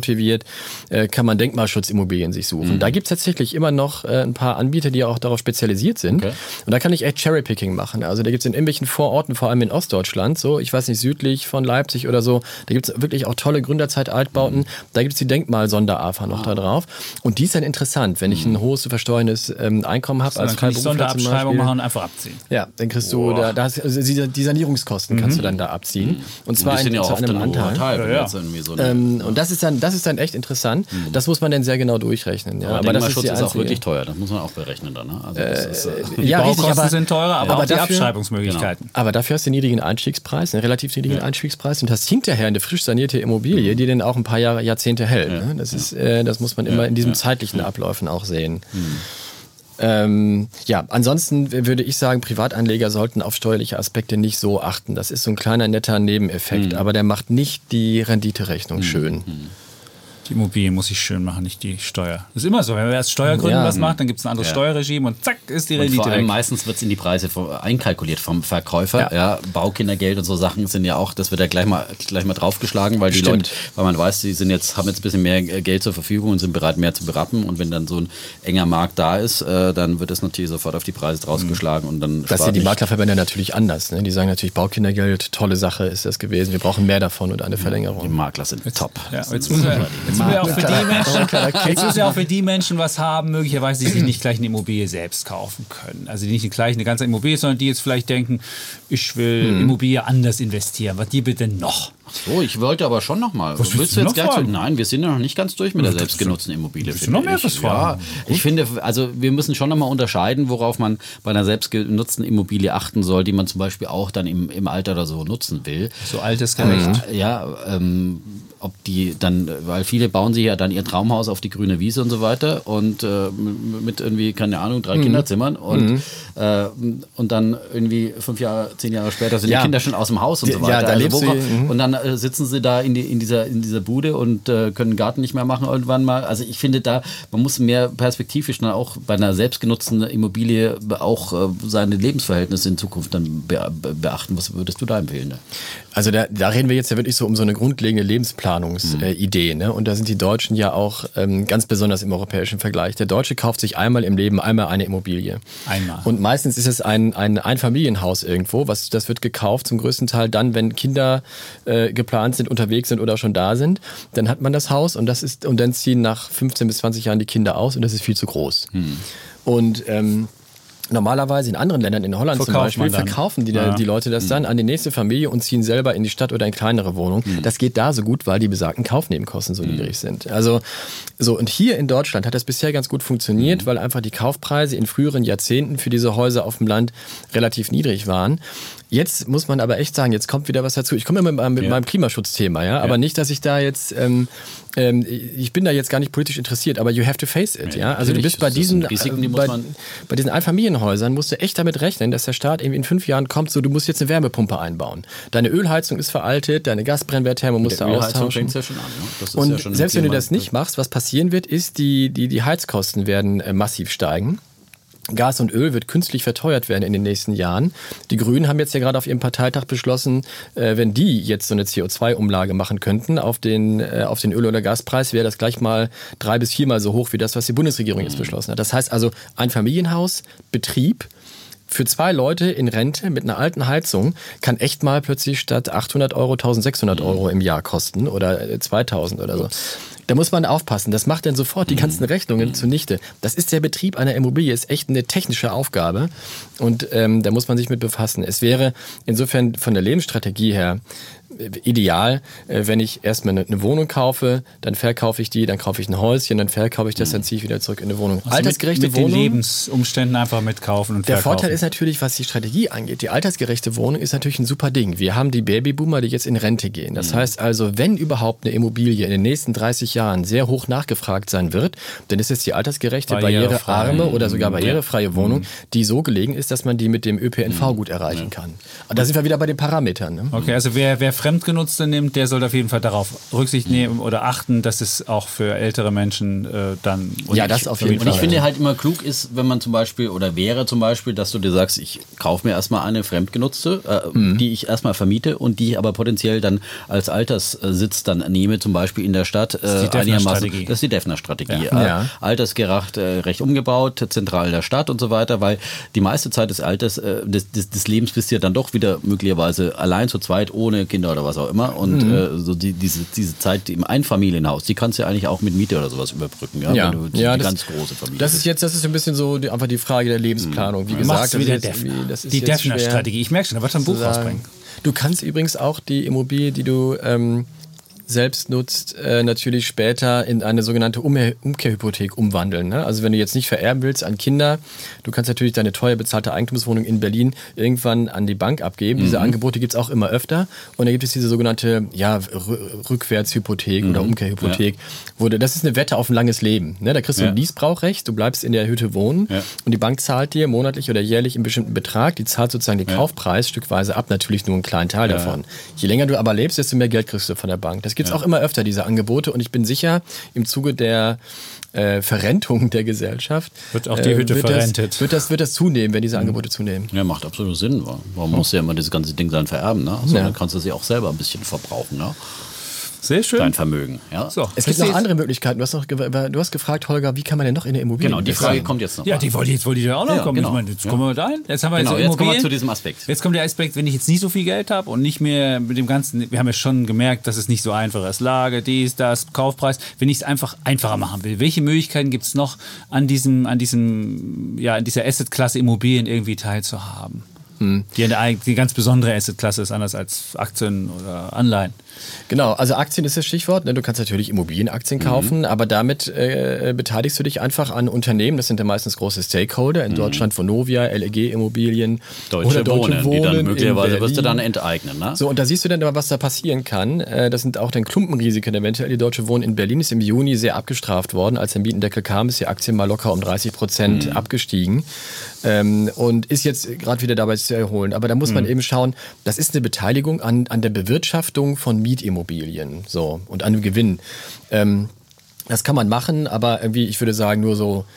Speaker 4: motiviert, äh, kann man Denkmalschutzimmobilien sich suchen. Mhm. Da gibt es tatsächlich immer noch äh, ein paar Anbieter, die auch darauf spezialisiert sind. Okay. Und da kann ich echt Cherrypicking machen. Also da gibt es in irgendwelchen Vororten, vor allem in Ostdeutschland, so, ich weiß nicht, südlich von Leipzig oder so, da gibt es wirklich auch tolle Gründerzeit-Altbauten. Mhm. Da gibt es die Denkmal-Sonder-A F A noch ah. da drauf. Und die ist dann interessant, wenn ich ein hohes zu versteuerndes ähm, Einkommen habe.
Speaker 2: Also dann kann ich Sonderabschreibung machen und einfach abziehen.
Speaker 4: Ja, dann kriegst du, da, da hast, also die Sanierungskosten mhm. kannst du dann da abziehen. Und zwar in,
Speaker 1: ja
Speaker 4: zu einem Anteil.
Speaker 1: Teil, ja, ja. So ähm,
Speaker 4: und das ist, dann, das ist dann echt interessant. Mhm. Das muss man dann sehr genau durchrechnen. Ja.
Speaker 1: Aber, aber das ist, ist auch wirklich teuer, das muss man auch berechnen dann. Ne? Also das
Speaker 2: äh,
Speaker 1: ist,
Speaker 2: äh, die ja, Baukosten richtig, aber, sind teurer, aber, aber auch die dafür, Abschreibungsmöglichkeiten.
Speaker 4: Genau. Aber dafür hast du einen niedrigen Einstiegspreis, einen relativ niedrigen ja. Einstiegspreis und hast hinterher eine frisch sanierte Immobilie, mhm. die dann auch ein paar Jahre, Jahrzehnte hält. Ja. Ne? Das, ist, äh, das muss man immer in diesen zeitlichen Abläufen auch sehen. Mhm. Ähm, ja, ansonsten würde ich sagen, Privatanleger sollten auf steuerliche Aspekte nicht so achten. Das ist so ein kleiner netter Nebeneffekt, mhm. aber der macht nicht die Renditerechnung mhm. schön. Mhm.
Speaker 2: Die Immobilien muss ich schön machen, nicht die Steuer. Das ist immer so, wenn man erst Steuergründen ja. was macht, dann gibt es ein anderes ja. Steuerregime und zack, ist die Rendite
Speaker 1: und vor allem
Speaker 2: weg.
Speaker 1: Meistens wird es in die Preise einkalkuliert vom Verkäufer. Ja. Ja, Baukindergeld und so Sachen sind ja auch, das wird ja gleich mal, gleich mal draufgeschlagen, weil die Stimmt. Leute, weil man weiß, die sind jetzt, haben jetzt ein bisschen mehr Geld zur Verfügung und sind bereit, mehr zu berappen. Und wenn dann so ein enger Markt da ist, äh, dann wird es natürlich sofort auf die Preise draufgeschlagen. Und dann
Speaker 4: das sind die Maklerverbände natürlich anders. Ne? Die sagen natürlich, Baukindergeld, tolle Sache ist das gewesen. Wir brauchen mehr davon und eine Verlängerung.
Speaker 1: Die Makler sind
Speaker 2: jetzt,
Speaker 1: top.
Speaker 2: Ja, jetzt müssen wir, jetzt müssen wir auch für die Jetzt müssen ja auch für die Menschen was haben, möglicherweise, die sich nicht gleich eine Immobilie selbst kaufen können. Also die nicht gleich eine ganze Immobilie, sondern die jetzt vielleicht denken, ich will hm. Immobilie anders investieren. Was die bitte noch?
Speaker 1: Ach so, ich wollte aber schon noch mal.
Speaker 2: Was
Speaker 1: willst
Speaker 2: du
Speaker 1: jetzt
Speaker 2: noch
Speaker 1: gleich? Nein, wir sind ja noch nicht ganz durch mit der selbstgenutzten Immobilie.
Speaker 2: Willst du noch mehr was fragen?
Speaker 1: Ja, ich finde, also wir müssen schon noch mal unterscheiden, worauf man bei einer selbstgenutzten Immobilie achten soll, die man zum Beispiel auch dann im, im Alter oder so nutzen will.
Speaker 2: So altersgerecht.
Speaker 1: Äh, ja, ähm, ob die dann, weil viele bauen sich ja dann ihr Traumhaus auf die grüne Wiese und so weiter und äh, mit irgendwie, keine Ahnung, drei mhm. Kinderzimmern und, mhm. äh, und dann irgendwie fünf Jahre, zehn Jahre später sind ja. die Kinder schon aus dem Haus und so weiter.
Speaker 4: Ja, da also,
Speaker 1: wo, mhm. Und dann äh, sitzen sie da in, die, in, dieser, in dieser Bude und äh, können den Garten nicht mehr machen irgendwann mal. Also ich finde da, man muss mehr perspektivisch dann auch bei einer selbstgenutzten Immobilie auch äh, seine Lebensverhältnisse in Zukunft dann be be beachten. Was würdest du da empfehlen? Ne?
Speaker 4: Also da, da reden wir jetzt ja wirklich so um so eine grundlegende Lebensplanungsidee. Mhm. Ne? Und da sind die Deutschen ja auch ähm, ganz besonders im europäischen Vergleich. Der Deutsche kauft sich einmal im Leben einmal eine Immobilie.
Speaker 2: Einmal.
Speaker 4: Und meistens ist es ein, ein Einfamilienhaus irgendwo. Was, das wird gekauft zum größten Teil dann, wenn Kinder äh, geplant sind, unterwegs sind oder schon da sind. Dann hat man das Haus und, das ist, und dann ziehen nach fünfzehn bis zwanzig Jahren die Kinder aus und das ist viel zu groß. Mhm. Und ähm, normalerweise in anderen Ländern, in Holland
Speaker 2: Verkauft
Speaker 4: zum Beispiel, verkaufen die, ja. die Leute das dann an die nächste Familie und ziehen selber in die Stadt oder in kleinere Wohnungen. Mhm. Das geht da so gut, weil die besagten Kaufnebenkosten so mhm. niedrig sind. Also so, und hier in Deutschland hat das bisher ganz gut funktioniert, mhm. weil einfach die Kaufpreise in früheren Jahrzehnten für diese Häuser auf dem Land relativ niedrig waren. Jetzt muss man aber echt sagen, jetzt kommt wieder was dazu. Ich komme immer mit, mit ja. meinem Klimaschutzthema, ja? ja, aber nicht, dass ich da jetzt, ähm, ähm, ich bin da jetzt gar nicht politisch interessiert, aber you have to face it, ja. ja? Also du bist bei diesen, Risiken, die bei, bei diesen Einfamilienhäusern musst du echt damit rechnen, dass der Staat irgendwie in fünf Jahren kommt, so du musst jetzt eine Wärmepumpe einbauen. Deine Ölheizung ist veraltet, deine Gasbrennwerttherme musst du austauschen.
Speaker 1: Ja schon an, ne? Das ist
Speaker 4: und
Speaker 1: ja schon
Speaker 4: selbst wenn du das nicht machst, was passieren wird, ist, die, die, die Heizkosten werden äh, massiv steigen. Gas und Öl wird künstlich verteuert werden in den nächsten Jahren. Die Grünen haben jetzt ja gerade auf ihrem Parteitag beschlossen, äh, wenn die jetzt so eine C O zwei Umlage machen könnten auf den, äh, auf den Öl- oder Gaspreis, wäre das gleich mal drei- bis viermal so hoch wie das, was die Bundesregierung jetzt beschlossen hat. Das heißt also, ein Familienhaus, Betrieb, für zwei Leute in Rente mit einer alten Heizung kann echt mal plötzlich statt achthundert Euro eintausendsechshundert Euro im Jahr kosten oder zweitausend oder so. Da muss man aufpassen. Das macht dann sofort die ganzen Rechnungen zunichte. Das ist der Betrieb einer Immobilie, ist echt eine technische Aufgabe und ähm, da muss man sich mit befassen. Es wäre insofern von der Lebensstrategie her ideal, wenn ich erstmal eine Wohnung kaufe, dann verkaufe ich die, dann kaufe ich ein Häuschen, dann verkaufe ich das, dann ziehe ich wieder zurück in eine Wohnung.
Speaker 2: Also altersgerechte mit, mit Wohnung. Den Lebensumständen einfach mitkaufen und
Speaker 4: der
Speaker 2: verkaufen.
Speaker 4: Der Vorteil ist natürlich, was die Strategie angeht, die altersgerechte Wohnung ist natürlich ein super Ding. Wir haben die Babyboomer, die jetzt in Rente gehen. Das mhm. heißt also, wenn überhaupt eine Immobilie in den nächsten dreißig Jahren sehr hoch nachgefragt sein wird, dann ist es die altersgerechte, barrierearme oder sogar barrierefreie Wohnung, die so gelegen ist, dass man die mit dem Ö P N V gut erreichen kann. Und da sind wir wieder bei den Parametern. Ne?
Speaker 2: Okay, also wer, wer Fremdgenutzte nimmt, der sollte auf jeden Fall darauf Rücksicht nehmen oder achten, dass es auch für ältere Menschen äh, dann...
Speaker 4: Ja, das auf jeden
Speaker 1: Fall. Und ich finde halt immer klug ist, wenn man zum Beispiel, oder wäre zum Beispiel, dass du dir sagst, ich kaufe mir erstmal eine Fremdgenutzte, äh, mhm. die ich erstmal vermiete und die ich aber potenziell dann als Alterssitz dann nehme, zum Beispiel in der Stadt. Äh, äh, einigermaßen. Das ist die Defner-Strategie. Ja. Äh, ja. Altersgerecht, äh, recht umgebaut, zentral in der Stadt und so weiter, weil die meiste Zeit des Alters, äh, des, des, des Lebens bist du ja dann doch wieder möglicherweise allein zu zweit, ohne Kinder oder was auch immer. Und mhm. äh, so die, diese, diese Zeit im Einfamilienhaus, die kannst du ja eigentlich auch mit Miete oder sowas überbrücken. Ja,
Speaker 4: ja.
Speaker 1: Wenn du die,
Speaker 4: ja
Speaker 1: die
Speaker 4: das,
Speaker 1: ganz große Familie.
Speaker 4: Das ist jetzt, das ist ein bisschen so die, einfach die Frage der Lebensplanung. Wie mhm. gesagt, das
Speaker 2: wieder
Speaker 4: ist
Speaker 2: Defner.
Speaker 4: das ist
Speaker 2: die Defner-Strategie. Ich merke schon, da wird ein Buch rausbringen.
Speaker 4: Du kannst übrigens auch die Immobilie, die du ähm, selbst nutzt, äh, natürlich später in eine sogenannte Umkehr- Umkehrhypothek umwandeln. Ne? Also wenn du jetzt nicht vererben willst an Kinder, du kannst natürlich deine teuer bezahlte Eigentumswohnung in Berlin irgendwann an die Bank abgeben. Mhm. Diese Angebote gibt es auch immer öfter. Und da gibt es diese sogenannte ja, R- Rückwärtshypothek mhm. oder Umkehrhypothek. Ja. Wo du, das ist eine Wette auf ein langes Leben. Ne? Da kriegst du ja. ein Leasebrauchrecht, du bleibst in der Hütte wohnen ja. und die Bank zahlt dir monatlich oder jährlich einen bestimmten Betrag. Die zahlt sozusagen den ja. Kaufpreis stückweise ab, natürlich nur einen kleinen Teil ja. davon. Je länger du aber lebst, desto mehr Geld kriegst du von der Bank. Das gibt es ja. auch immer öfter, diese Angebote. Und ich bin sicher, im Zuge der äh, Verrentung der Gesellschaft
Speaker 2: wird auch die Hütte äh, wird verrentet.
Speaker 4: Das, wird, das, wird das zunehmen, wenn diese Angebote zunehmen.
Speaker 1: Ja, macht absolut Sinn. Warum muss ja immer dieses ganze Ding dann vererben? Ne? Also, ja. Dann kannst du sie auch selber ein bisschen verbrauchen. Ne?
Speaker 2: Sehr schön.
Speaker 1: Dein Vermögen. Ja.
Speaker 4: So, es gibt noch andere Möglichkeiten. Du hast, noch, du hast gefragt, Holger, wie kann man denn noch in der Immobilie
Speaker 1: Genau, die Frage kommt jetzt noch.
Speaker 2: Ja, die wollte, jetzt wollte ich ja auch noch ja, kommen. Genau. Ich meine, jetzt ja. kommen wir dahin. Jetzt haben wir
Speaker 1: genau,
Speaker 2: jetzt,
Speaker 1: jetzt kommen wir zu diesem Aspekt.
Speaker 2: Jetzt kommt der Aspekt, wenn ich jetzt nicht so viel Geld habe und nicht mehr mit dem Ganzen, wir haben ja schon gemerkt, dass es nicht so einfach ist. Lage, dies, das, Kaufpreis. Wenn ich es einfach einfacher machen will, welche Möglichkeiten gibt es noch, an diesem, an diesem, ja, an dieser Assetklasse Immobilien irgendwie teilzuhaben? Hm. Die eine die ganz besondere Assetklasse ist, anders als Aktien oder Anleihen.
Speaker 4: Genau, also Aktien ist das Stichwort. Du kannst natürlich Immobilienaktien kaufen, mhm. aber damit äh, beteiligst du dich einfach an Unternehmen. Das sind ja meistens große Stakeholder. In mhm. Deutschland Vonovia, L E G Immobilien,
Speaker 1: Deutsche oder Deutsche Wohnen. Wohnen die dann möglicherweise wirst du dann enteignen. Ne?
Speaker 4: So, und da siehst du dann aber, was da passieren kann. Das sind auch dann Klumpenrisiken eventuell. Die Deutsche Wohnen in Berlin ist im Juni sehr abgestraft worden. Als der Mietendeckel kam, ist die Aktie mal locker um dreißig Prozent mhm. abgestiegen. Ähm, und ist jetzt gerade wieder dabei zu erholen. Aber da muss man mhm. eben schauen, das ist eine Beteiligung an, an der Bewirtschaftung von Mietimmobilien so, und an dem Gewinn. Ähm, das kann man machen, aber irgendwie, ich würde sagen, nur so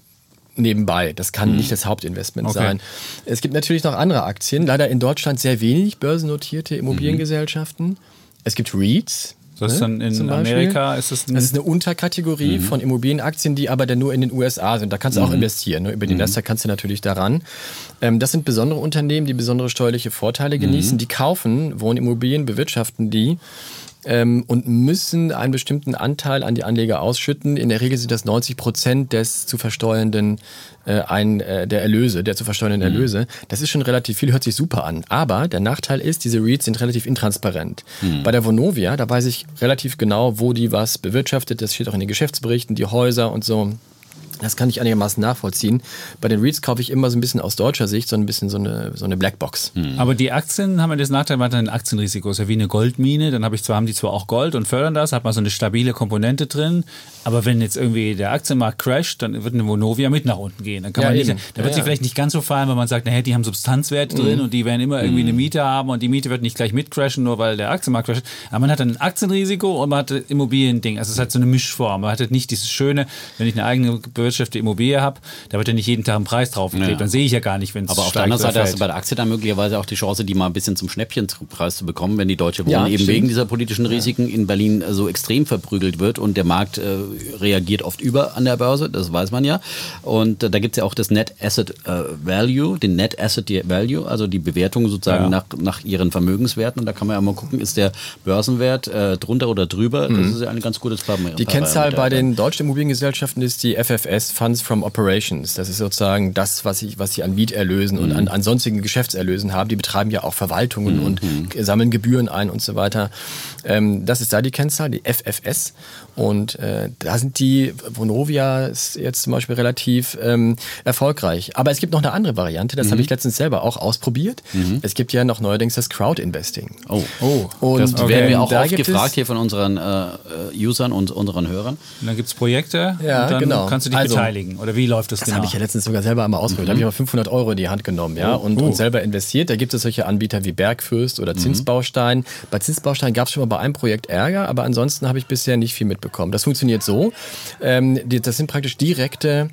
Speaker 4: nebenbei. Das kann mhm. nicht das Hauptinvestment okay. sein. Es gibt natürlich noch andere Aktien. Leider in Deutschland sehr wenig börsennotierte Immobiliengesellschaften. Mhm. Es gibt REITs.
Speaker 2: Das ist dann in Amerika ist das, ein
Speaker 4: das ist eine Unterkategorie mhm. von Immobilienaktien, die aber dann nur in den U S A sind. Da kannst du mhm. auch investieren. Ne? Über die mhm. Nasdaq kannst du natürlich daran. Ähm, das sind besondere Unternehmen, die besondere steuerliche Vorteile genießen. Mhm. Die kaufen Wohnimmobilien, bewirtschaften die ähm, und müssen einen bestimmten Anteil an die Anleger ausschütten. In der Regel sind das neunzig Prozent des zu versteuernden äh, ein, äh, der Erlöse, der zu versteuernden mhm. Erlöse. Das ist schon relativ viel, hört sich super an. Aber der Nachteil ist, diese REITs sind relativ intransparent. Mhm. Bei der Vonovia, da weiß ich relativ genau, wo die was bewirtschaftet. Das steht auch in den Geschäftsberichten, die Häuser und so. Das kann ich einigermaßen nachvollziehen. Bei den REITs kaufe ich immer so ein bisschen aus deutscher Sicht so ein bisschen so eine, so eine Blackbox.
Speaker 2: Hm. Aber die Aktien haben ja das Nachteil, man hat ein Aktienrisiko. Das ist ja wie eine Goldmine. Dann habe ich zwar, haben die zwar auch Gold und fördern das, hat man so eine stabile Komponente drin. Aber wenn jetzt irgendwie der Aktienmarkt crasht, dann wird eine Vonovia mit nach unten gehen. Dann kann ja, man nicht, da wird ja, sie ja. vielleicht nicht ganz so fallen, weil man sagt, naja, die haben Substanzwerte mhm. drin und die werden immer irgendwie mhm. eine Miete haben und die Miete wird nicht gleich mit crashen, nur weil der Aktienmarkt crasht. Aber man hat dann ein Aktienrisiko und man hat ein Immobiliending. Also es ist halt so eine Mischform. Man hat halt nicht dieses Schöne, wenn ich eine eigene bewirtschaftete Immobilie habe, da wird ja nicht jeden Tag ein Preis draufgeklebt. Ja. Dann sehe ich ja gar nicht, wenn es
Speaker 1: Aber auf der anderen Seite hast du bei der Aktie dann möglicherweise auch die Chance, die mal ein bisschen zum Schnäppchenpreis zu bekommen, wenn die Deutsche Wohnen ja, eben stimmt. wegen dieser politischen Risiken ja. in Berlin so extrem verprügelt wird und der Markt äh, reagiert oft über an der Börse, das weiß man ja. Und äh, da gibt es ja auch das Net Asset äh, Value, den Net Asset Value, also die Bewertung sozusagen ja. nach, nach ihren Vermögenswerten. Und da kann man ja mal gucken, ist der Börsenwert äh, drunter oder drüber? Mhm. Das ist ja ein ganz gutes Parameter.
Speaker 4: Die Kennzahl bei den deutschen Immobiliengesellschaften ist die F F S, Funds from Operations. Das ist sozusagen das, was sie, was sie an Mieterlösen mhm. und an, an sonstigen Geschäftserlösen haben. Die betreiben ja auch Verwaltungen mhm. und sammeln Gebühren ein und so weiter. Ähm, das ist da die Kennzahl, die F F S. Und äh, da sind die, Vonovia ist jetzt zum Beispiel relativ ähm, erfolgreich. Aber es gibt noch eine andere Variante, das mhm. habe ich letztens selber auch ausprobiert. Mhm. Es gibt ja noch neuerdings das Crowd-Investing.
Speaker 1: Oh, oh. Und das okay. werden wir auch oft gefragt hier von unseren äh, Usern und unseren Hörern.
Speaker 2: Und dann gibt es Projekte
Speaker 4: ja,
Speaker 2: und dann
Speaker 4: genau.
Speaker 2: kannst du dich also, beteiligen. Oder wie läuft das,
Speaker 4: das
Speaker 2: genau?
Speaker 4: Das habe ich ja letztens sogar selber einmal ausprobiert. Mhm. Da habe ich mal fünfhundert Euro in die Hand genommen ja, oh. und, oh. und selber investiert. Da gibt es solche Anbieter wie Bergfürst oder Zinsbaustein. Mhm. Bei Zinsbaustein gab es schon mal bei einem Projekt Ärger, aber ansonsten habe ich bisher nicht viel mitbekommen. Das funktioniert so. Ähm, die, das sind praktisch direkte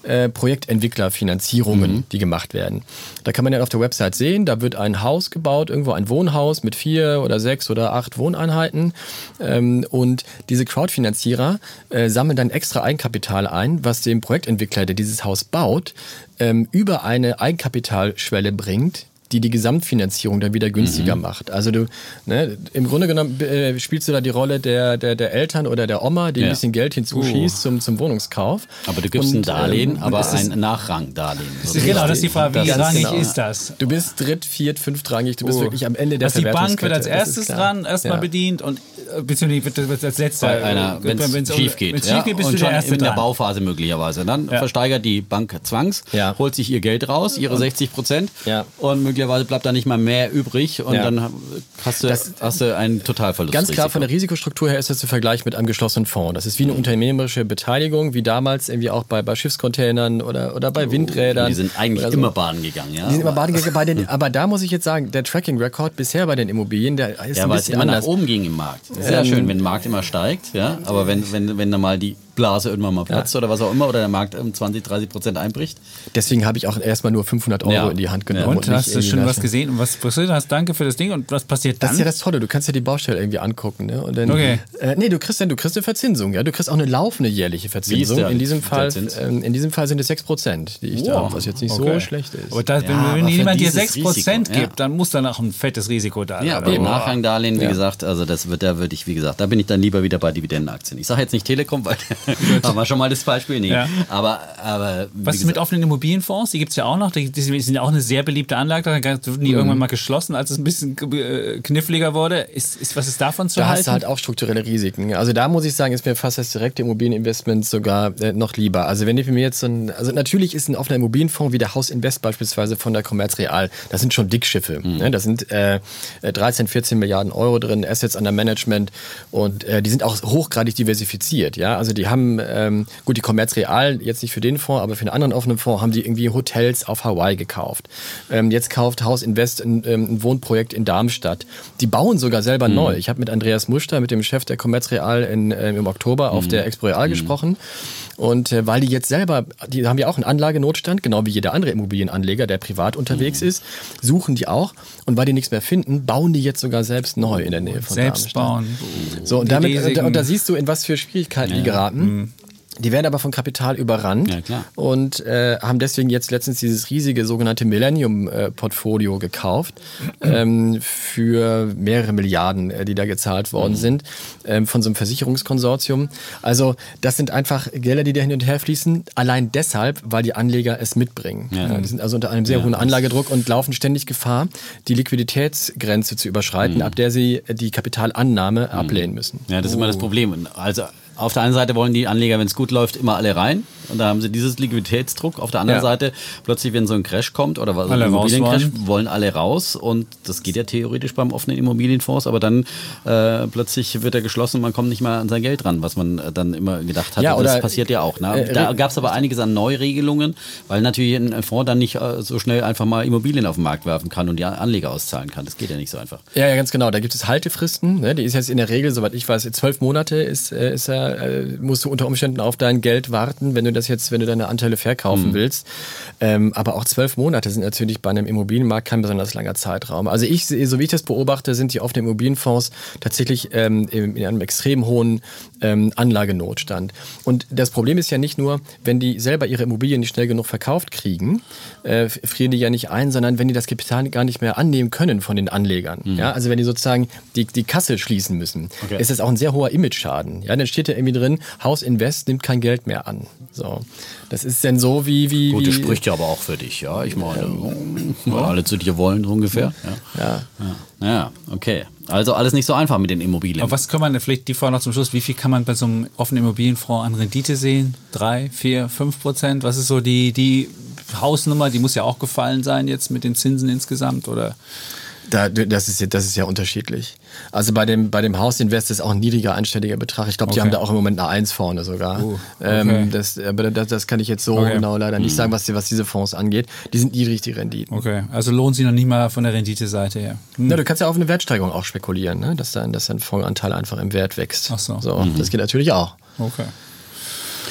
Speaker 4: äh, Projektentwicklerfinanzierungen, mhm. die gemacht werden. Da kann man ja auf der Website sehen, da wird ein Haus gebaut, irgendwo ein Wohnhaus mit vier oder sechs oder acht Wohneinheiten. Ähm, und diese Crowdfinanzierer äh, sammeln dann extra Eigenkapital ein, was dem Projektentwickler, der dieses Haus baut, ähm, über eine Eigenkapitalschwelle bringt, die die Gesamtfinanzierung dann wieder günstiger mhm. macht. Also du, ne, im Grunde genommen äh, spielst du da die Rolle der, der, der Eltern oder der Oma, die ja. ein bisschen Geld hinzuschießt uh. zum, zum Wohnungskauf.
Speaker 1: Aber du gibst und, ein Darlehen, ähm, aber ein Nachrangdarlehen.
Speaker 2: Genau, das ist die Frage, wie rangig genau. ist das?
Speaker 4: Du bist dritt-, viert-, fünftrangig, du bist uh. wirklich am Ende der
Speaker 2: also
Speaker 4: Verwertungskette.
Speaker 2: Die Bank wird als erstes dran erstmal ja. bedient und beziehungsweise wird, wird als letzter,
Speaker 1: bei einer, wenn es schief geht.
Speaker 2: Wenn's schief geht, bist und du der Erste
Speaker 1: in der
Speaker 2: dran.
Speaker 1: Bauphase möglicherweise. Dann ja. versteigert die Bank zwangs, ja. holt sich ihr Geld raus, ihre sechzig Prozent ja. und möglicherweise bleibt da nicht mal mehr übrig und ja. dann hast du, das, hast du einen Totalverlust.
Speaker 4: Ganz klar, von der Risikostruktur her ist das zu vergleichen mit einem geschlossenen Fonds. Das ist wie eine unternehmerische Beteiligung, wie damals irgendwie auch bei, bei Schiffscontainern oder, oder bei Windrädern.
Speaker 1: Und die sind eigentlich so. immer baden gegangen. Ja?
Speaker 4: Die sind immer baden gegangen. Bei den, aber da muss ich jetzt sagen, der Tracking-Record bisher bei den Immobilien, der ist ja, ein bisschen
Speaker 1: immer
Speaker 4: anders.
Speaker 1: Nach oben ging im Markt. Sehr ähm, schön, wenn der Markt immer steigt, ja, aber wenn, wenn, wenn dann mal die Blase irgendwann mal platzt ja. oder was auch immer oder der Markt um zwanzig, dreißig Prozent einbricht.
Speaker 4: Deswegen habe ich auch erstmal nur fünfhundert Euro ja. in die Hand genommen.
Speaker 2: Ja. Und, und hast du schon was gesehen und was passiert hast? Danke für das Ding und was passiert dann?
Speaker 4: Das ist ja das Tolle, du kannst ja die Baustelle irgendwie angucken. Ne? Und dann,
Speaker 2: okay.
Speaker 4: Äh, nee, du kriegst dann, du kriegst eine Verzinsung, ja, du kriegst auch eine laufende jährliche Verzinsung. In diesem Fall, ähm, in diesem Fall sind es sechs Prozent, die ich wow. da habe, was jetzt nicht okay. so schlecht ist.
Speaker 2: Aber das,
Speaker 4: ja,
Speaker 2: wenn, wenn jemand dir sechs Prozent gibt, ja. dann muss dann auch ein fettes Risiko da sein.
Speaker 1: Ja, aber im Nachrangdarlehen, wie ja. gesagt, also das wird, da würde ich, wie gesagt, da bin ich dann lieber wieder bei Dividendenaktien. Ich sage jetzt nicht Telekom, weil haben wir schon mal das Beispiel nehmen. Ja. Aber, aber
Speaker 2: was ist mit offenen Immobilienfonds? Die gibt es ja auch noch. Die, die sind ja auch eine sehr beliebte Anlage. Da wurden die mhm. irgendwann mal geschlossen, als es ein bisschen kniffliger wurde. Ist, ist, was ist davon zu
Speaker 4: da
Speaker 2: halten?
Speaker 4: Da hast du halt auch strukturelle Risiken. Also da muss ich sagen, ist mir fast das direkte Immobilieninvestment sogar äh, noch lieber. Also wenn ich mir jetzt so ein, also natürlich ist ein offener Immobilienfonds wie der Hausinvest beispielsweise von der Commerz Real, das sind schon Dickschiffe. Mhm. Ne? Da sind äh, dreizehn, vierzehn Milliarden Euro drin, Assets under Management und äh, die sind auch hochgradig diversifiziert. Ja? Also die haben ähm, gut, die Commerz Real, jetzt nicht für den Fonds, aber für einen anderen offenen Fonds, haben die irgendwie Hotels auf Hawaii gekauft. Ähm, jetzt kauft Haus Invest ein, ein Wohnprojekt in Darmstadt. Die bauen sogar selber mhm. neu. Ich habe mit Andreas Muster, mit dem Chef der Commerz Real in, äh, im Oktober mhm. auf der Expo Real mhm. gesprochen. Und äh, weil die jetzt selber, die haben ja auch einen Anlagenotstand, genau wie jeder andere Immobilienanleger, der privat unterwegs mhm. ist, suchen die auch. Und weil die nichts mehr finden, bauen die jetzt sogar selbst neu in der Nähe von
Speaker 2: selbst
Speaker 4: Darmstadt.
Speaker 2: Selbst bauen.
Speaker 4: So, und, damit, und, und da siehst du, in was für Schwierigkeiten ja. die geraten. Mhm. Die werden aber von Kapital überrannt
Speaker 1: ja, klar.
Speaker 4: und äh, haben deswegen jetzt letztens dieses riesige sogenannte Millennium-Portfolio äh, gekauft ähm, für mehrere Milliarden, äh, die da gezahlt worden mhm. sind, ähm, von so einem Versicherungskonsortium. Also das sind einfach Gelder, die da hin und her fließen, allein deshalb, weil die Anleger es mitbringen. Ja. Ja, die sind also unter einem sehr ja, hohen Anlagedruck und laufen ständig Gefahr, die Liquiditätsgrenze zu überschreiten, mhm. ab der sie die Kapitalannahme mhm. ablehnen müssen.
Speaker 1: Ja, das ist oh. immer das Problem. Also auf der einen Seite wollen die Anleger, wenn es gut läuft, immer alle rein. Und da haben sie dieses Liquiditätsdruck. Auf der anderen ja. Seite, plötzlich, wenn so ein Crash kommt oder was,
Speaker 2: ein
Speaker 1: Immobiliencrash, wollen. wollen alle raus. Und das geht ja theoretisch beim offenen Immobilienfonds. Aber dann äh, plötzlich wird er geschlossen und man kommt nicht mal an sein Geld ran, was man dann immer gedacht hat.
Speaker 4: Ja, oder,
Speaker 1: das passiert ja auch. Ne? Da gab es aber einiges an Neuregelungen, weil natürlich ein Fonds dann nicht äh, so schnell einfach mal Immobilien auf den Markt werfen kann und die Anleger auszahlen kann. Das geht ja nicht so einfach.
Speaker 4: Ja, ja, ganz genau. Da gibt es Haltefristen. Ne? Die ist jetzt in der Regel, soweit ich weiß, zwölf Monate ist, ist er, äh, musst du unter Umständen auf dein Geld warten, wenn du das jetzt, wenn du deine Anteile verkaufen mhm. willst. Ähm, aber auch zwölf Monate sind natürlich bei einem Immobilienmarkt kein besonders langer Zeitraum. Also ich, so wie ich das beobachte, sind die offenen Immobilienfonds tatsächlich ähm, in einem extrem hohen ähm, Anlagenotstand. Und das Problem ist ja nicht nur, wenn die selber ihre Immobilien nicht schnell genug verkauft kriegen, äh, frieren die ja nicht ein, sondern wenn die das Kapital gar nicht mehr annehmen können von den Anlegern. Mhm. Ja? Also wenn die sozusagen die, die Kasse schließen müssen, okay. ist das auch ein sehr hoher Image-Schaden. Ja? Dann steht da irgendwie drin, Haus Invest nimmt kein Geld mehr an. So. Das ist dann so wie... wie
Speaker 1: Gut,
Speaker 4: wie,
Speaker 1: das spricht ja aber auch für dich, ja. Ich meine, ähm, weil alle zu dir wollen, so ungefähr. Ja.
Speaker 4: Ja.
Speaker 1: Ja. ja, okay. Also alles nicht so einfach mit den Immobilien.
Speaker 2: Aber was kann man, vielleicht die Frage noch zum Schluss, wie viel kann man bei so einem offenen Immobilienfonds an Rendite sehen? Drei, vier, fünf Prozent? Was ist so die, die Hausnummer? Die muss ja auch gefallen sein jetzt mit den Zinsen insgesamt, oder...
Speaker 4: Da, das, ist, das ist ja unterschiedlich. Also bei dem, bei dem Hausinvest ist auch ein niedriger einstelliger Betrag. Ich glaube, die okay. haben da auch im Moment eine eins vorne sogar. Uh, okay. ähm, das, aber das, das kann ich jetzt so okay. genau leider nicht sagen, was, die, was diese Fonds angeht. Die sind niedrig, die Renditen.
Speaker 2: Okay, also lohnt sich noch nicht mal von der Renditeseite her. Hm.
Speaker 4: Na, du kannst ja auf eine Wertsteigerung auch spekulieren, ne? dass dann dass dein Fondsanteil einfach im Wert wächst.
Speaker 2: Ach so.
Speaker 4: so mhm. Das geht natürlich auch.
Speaker 2: Okay.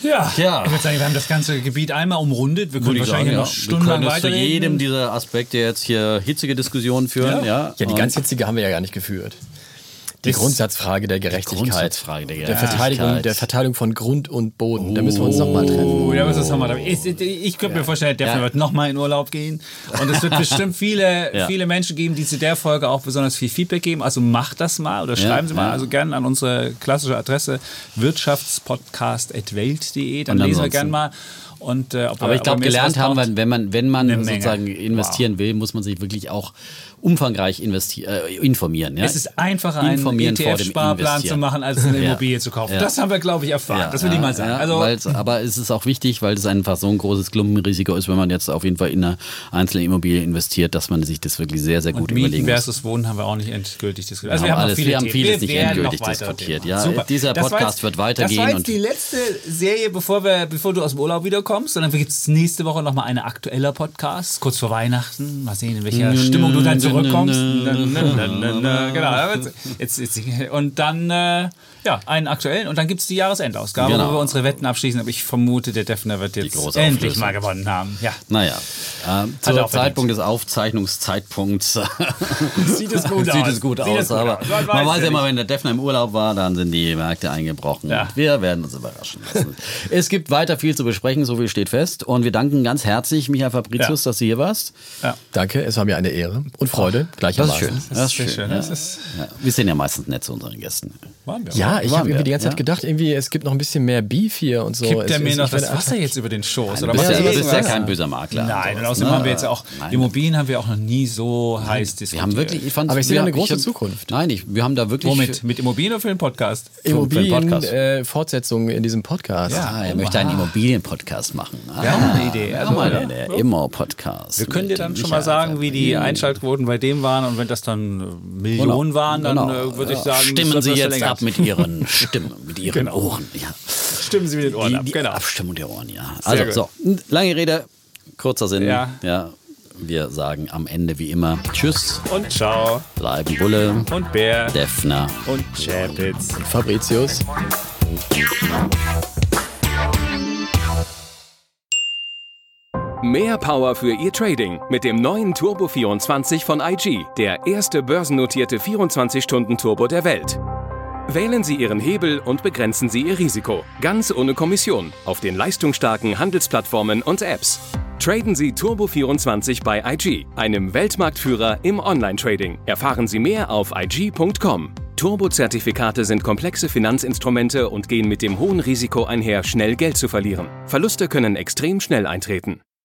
Speaker 2: Ja, ja, ich würde sagen, wir haben das ganze Gebiet einmal umrundet. Wir können wahrscheinlich sagen, noch ja. stundenlang weiterreden.
Speaker 1: Zu jedem dieser Aspekte jetzt hier hitzige Diskussionen führen. Ja,
Speaker 4: ja. ja die ganz hitzige haben wir ja gar nicht geführt. Die Grundsatzfrage der Gerechtigkeit. Die Grundsatzfrage der Gerechtigkeit. Der Verteidigung, der Verteilung von Grund und Boden. Oh. Da müssen wir uns nochmal treffen.
Speaker 2: Oh, da müssen wir uns noch mal treffen. Ich, ich könnte ja. mir vorstellen, der ja. wird nochmal in Urlaub gehen. Und es wird bestimmt viele, ja. viele Menschen geben, die zu der Folge auch besonders viel Feedback geben. Also macht das mal oder schreiben ja. Sie mal. Also gerne an unsere klassische Adresse wirtschaftspodcast at welt punkt de. Dann lesen wir gerne mal. Und, äh, ob
Speaker 1: aber ich glaube, gelernt haben wir, wenn man, wenn man sozusagen investieren wow. will, muss man sich wirklich auch umfangreich investi- äh, informieren. Ja?
Speaker 2: Es ist einfacher, einen E T F-Sparplan zu machen, als eine Immobilie ja. zu kaufen. Ja. Das haben wir, glaube ich, erfahren. Ja. Das will ja. ich mal sagen.
Speaker 1: Ja. Also aber es ist auch wichtig, weil es einfach so ein großes Klumpenrisiko ist, wenn man jetzt auf jeden Fall in eine einzelne Immobilie investiert, dass man sich das wirklich sehr, sehr gut
Speaker 2: und
Speaker 1: überlegen muss.
Speaker 2: Mieten versus Wohnen haben wir auch nicht endgültig diskutiert. Also
Speaker 1: wir,
Speaker 2: wir haben,
Speaker 1: alles, wir haben vieles nicht endgültig diskutiert. Ja, dieser Podcast
Speaker 2: jetzt,
Speaker 1: wird weitergehen.
Speaker 2: Das war jetzt die letzte Serie, bevor, wir, bevor du aus dem Urlaub wiederkommst. Und dann gibt es nächste Woche nochmal eine aktueller Podcast, kurz vor Weihnachten. Mal sehen, in welcher Stimmung du dann zurückkommst. Genau. Jetzt, jetzt, und dann äh, ja, einen aktuellen und dann gibt es die Jahresendausgabe, genau. wo wir unsere Wetten abschließen. Aber ich vermute, der Defner wird jetzt endlich mal gewonnen haben. Ja.
Speaker 1: Naja, äh, zum Zeitpunkt des Aufzeichnungszeitpunkts
Speaker 2: sieht es gut
Speaker 1: sieht
Speaker 2: aus.
Speaker 1: Es gut sieht aus, gut aber aus. Man, man weiß ja immer, wenn der Defner im Urlaub war, dann sind die Märkte eingebrochen. Ja. Wir werden uns überraschen lassen. Es gibt weiter viel zu besprechen, so viel steht fest. Und wir danken ganz herzlich, Michael Fabricius, ja. dass du hier warst.
Speaker 4: Ja. Danke, es war mir eine Ehre und Freude. Gleichermaßen.
Speaker 1: Das ist schön. Das ist schön. schön. Ja. Das ist ja. Wir sind ja meistens nett zu unseren Gästen.
Speaker 4: Waren wir ja, ich habe irgendwie die ganze Zeit ja? gedacht, irgendwie, es gibt noch ein bisschen mehr Beef hier und so.
Speaker 2: Gibt der
Speaker 4: es,
Speaker 2: mir noch das Wasser jetzt über den Schoß?
Speaker 1: Nein, oder was? Du bist ja kein böser Makler.
Speaker 2: Nein, und außerdem haben wir jetzt auch, Nein. Immobilien haben wir auch noch nie so Nein. heiß diskutiert.
Speaker 1: Wir haben wirklich, ich fand,
Speaker 4: aber ich sehe eine große
Speaker 1: ich,
Speaker 4: Zukunft.
Speaker 1: Nein, ich, wir haben da wirklich...
Speaker 2: Womit? Mit Immobilien oder für den Podcast?
Speaker 4: Immobilien-Fortsetzung äh, in diesem Podcast.
Speaker 1: Ja, er möchte einen Immobilien-Podcast machen.
Speaker 2: Ah, wir haben eine Idee.
Speaker 1: Also, mal der, der Immo-Podcast.
Speaker 2: Wir können dir dann schon mal sagen, wie die Einschaltquoten bei dem waren und wenn das dann Millionen waren, dann genau. würde ich sagen...
Speaker 1: Stimmen Sie jetzt ab mit Ihren Stimmen, mit Ihren genau. Ohren. Ja.
Speaker 2: Stimmen Sie mit den Ohren
Speaker 1: die,
Speaker 2: ab,
Speaker 1: die
Speaker 2: genau.
Speaker 1: Abstimmung der Ohren, ja. Also, so, lange Rede, kurzer Sinn. Ja. ja. Wir sagen am Ende wie immer Tschüss
Speaker 2: und Ciao.
Speaker 1: Bleiben Bulle
Speaker 2: und Bär,
Speaker 1: Defner
Speaker 2: und Chapitz
Speaker 4: und Fabricius.
Speaker 3: Mehr Power für Ihr Trading mit dem neuen Turbo vierundzwanzig von I G, der erste börsennotierte vierundzwanzig-Stunden-Turbo der Welt. Wählen Sie Ihren Hebel und begrenzen Sie Ihr Risiko. Ganz ohne Kommission auf den leistungsstarken Handelsplattformen und Apps. Traden Sie Turbo vierundzwanzig bei I G, einem Weltmarktführer im Online-Trading. Erfahren Sie mehr auf i g punkt com. Turbo-Zertifikate sind komplexe Finanzinstrumente und gehen mit dem hohen Risiko einher, schnell Geld zu verlieren. Verluste können extrem schnell eintreten.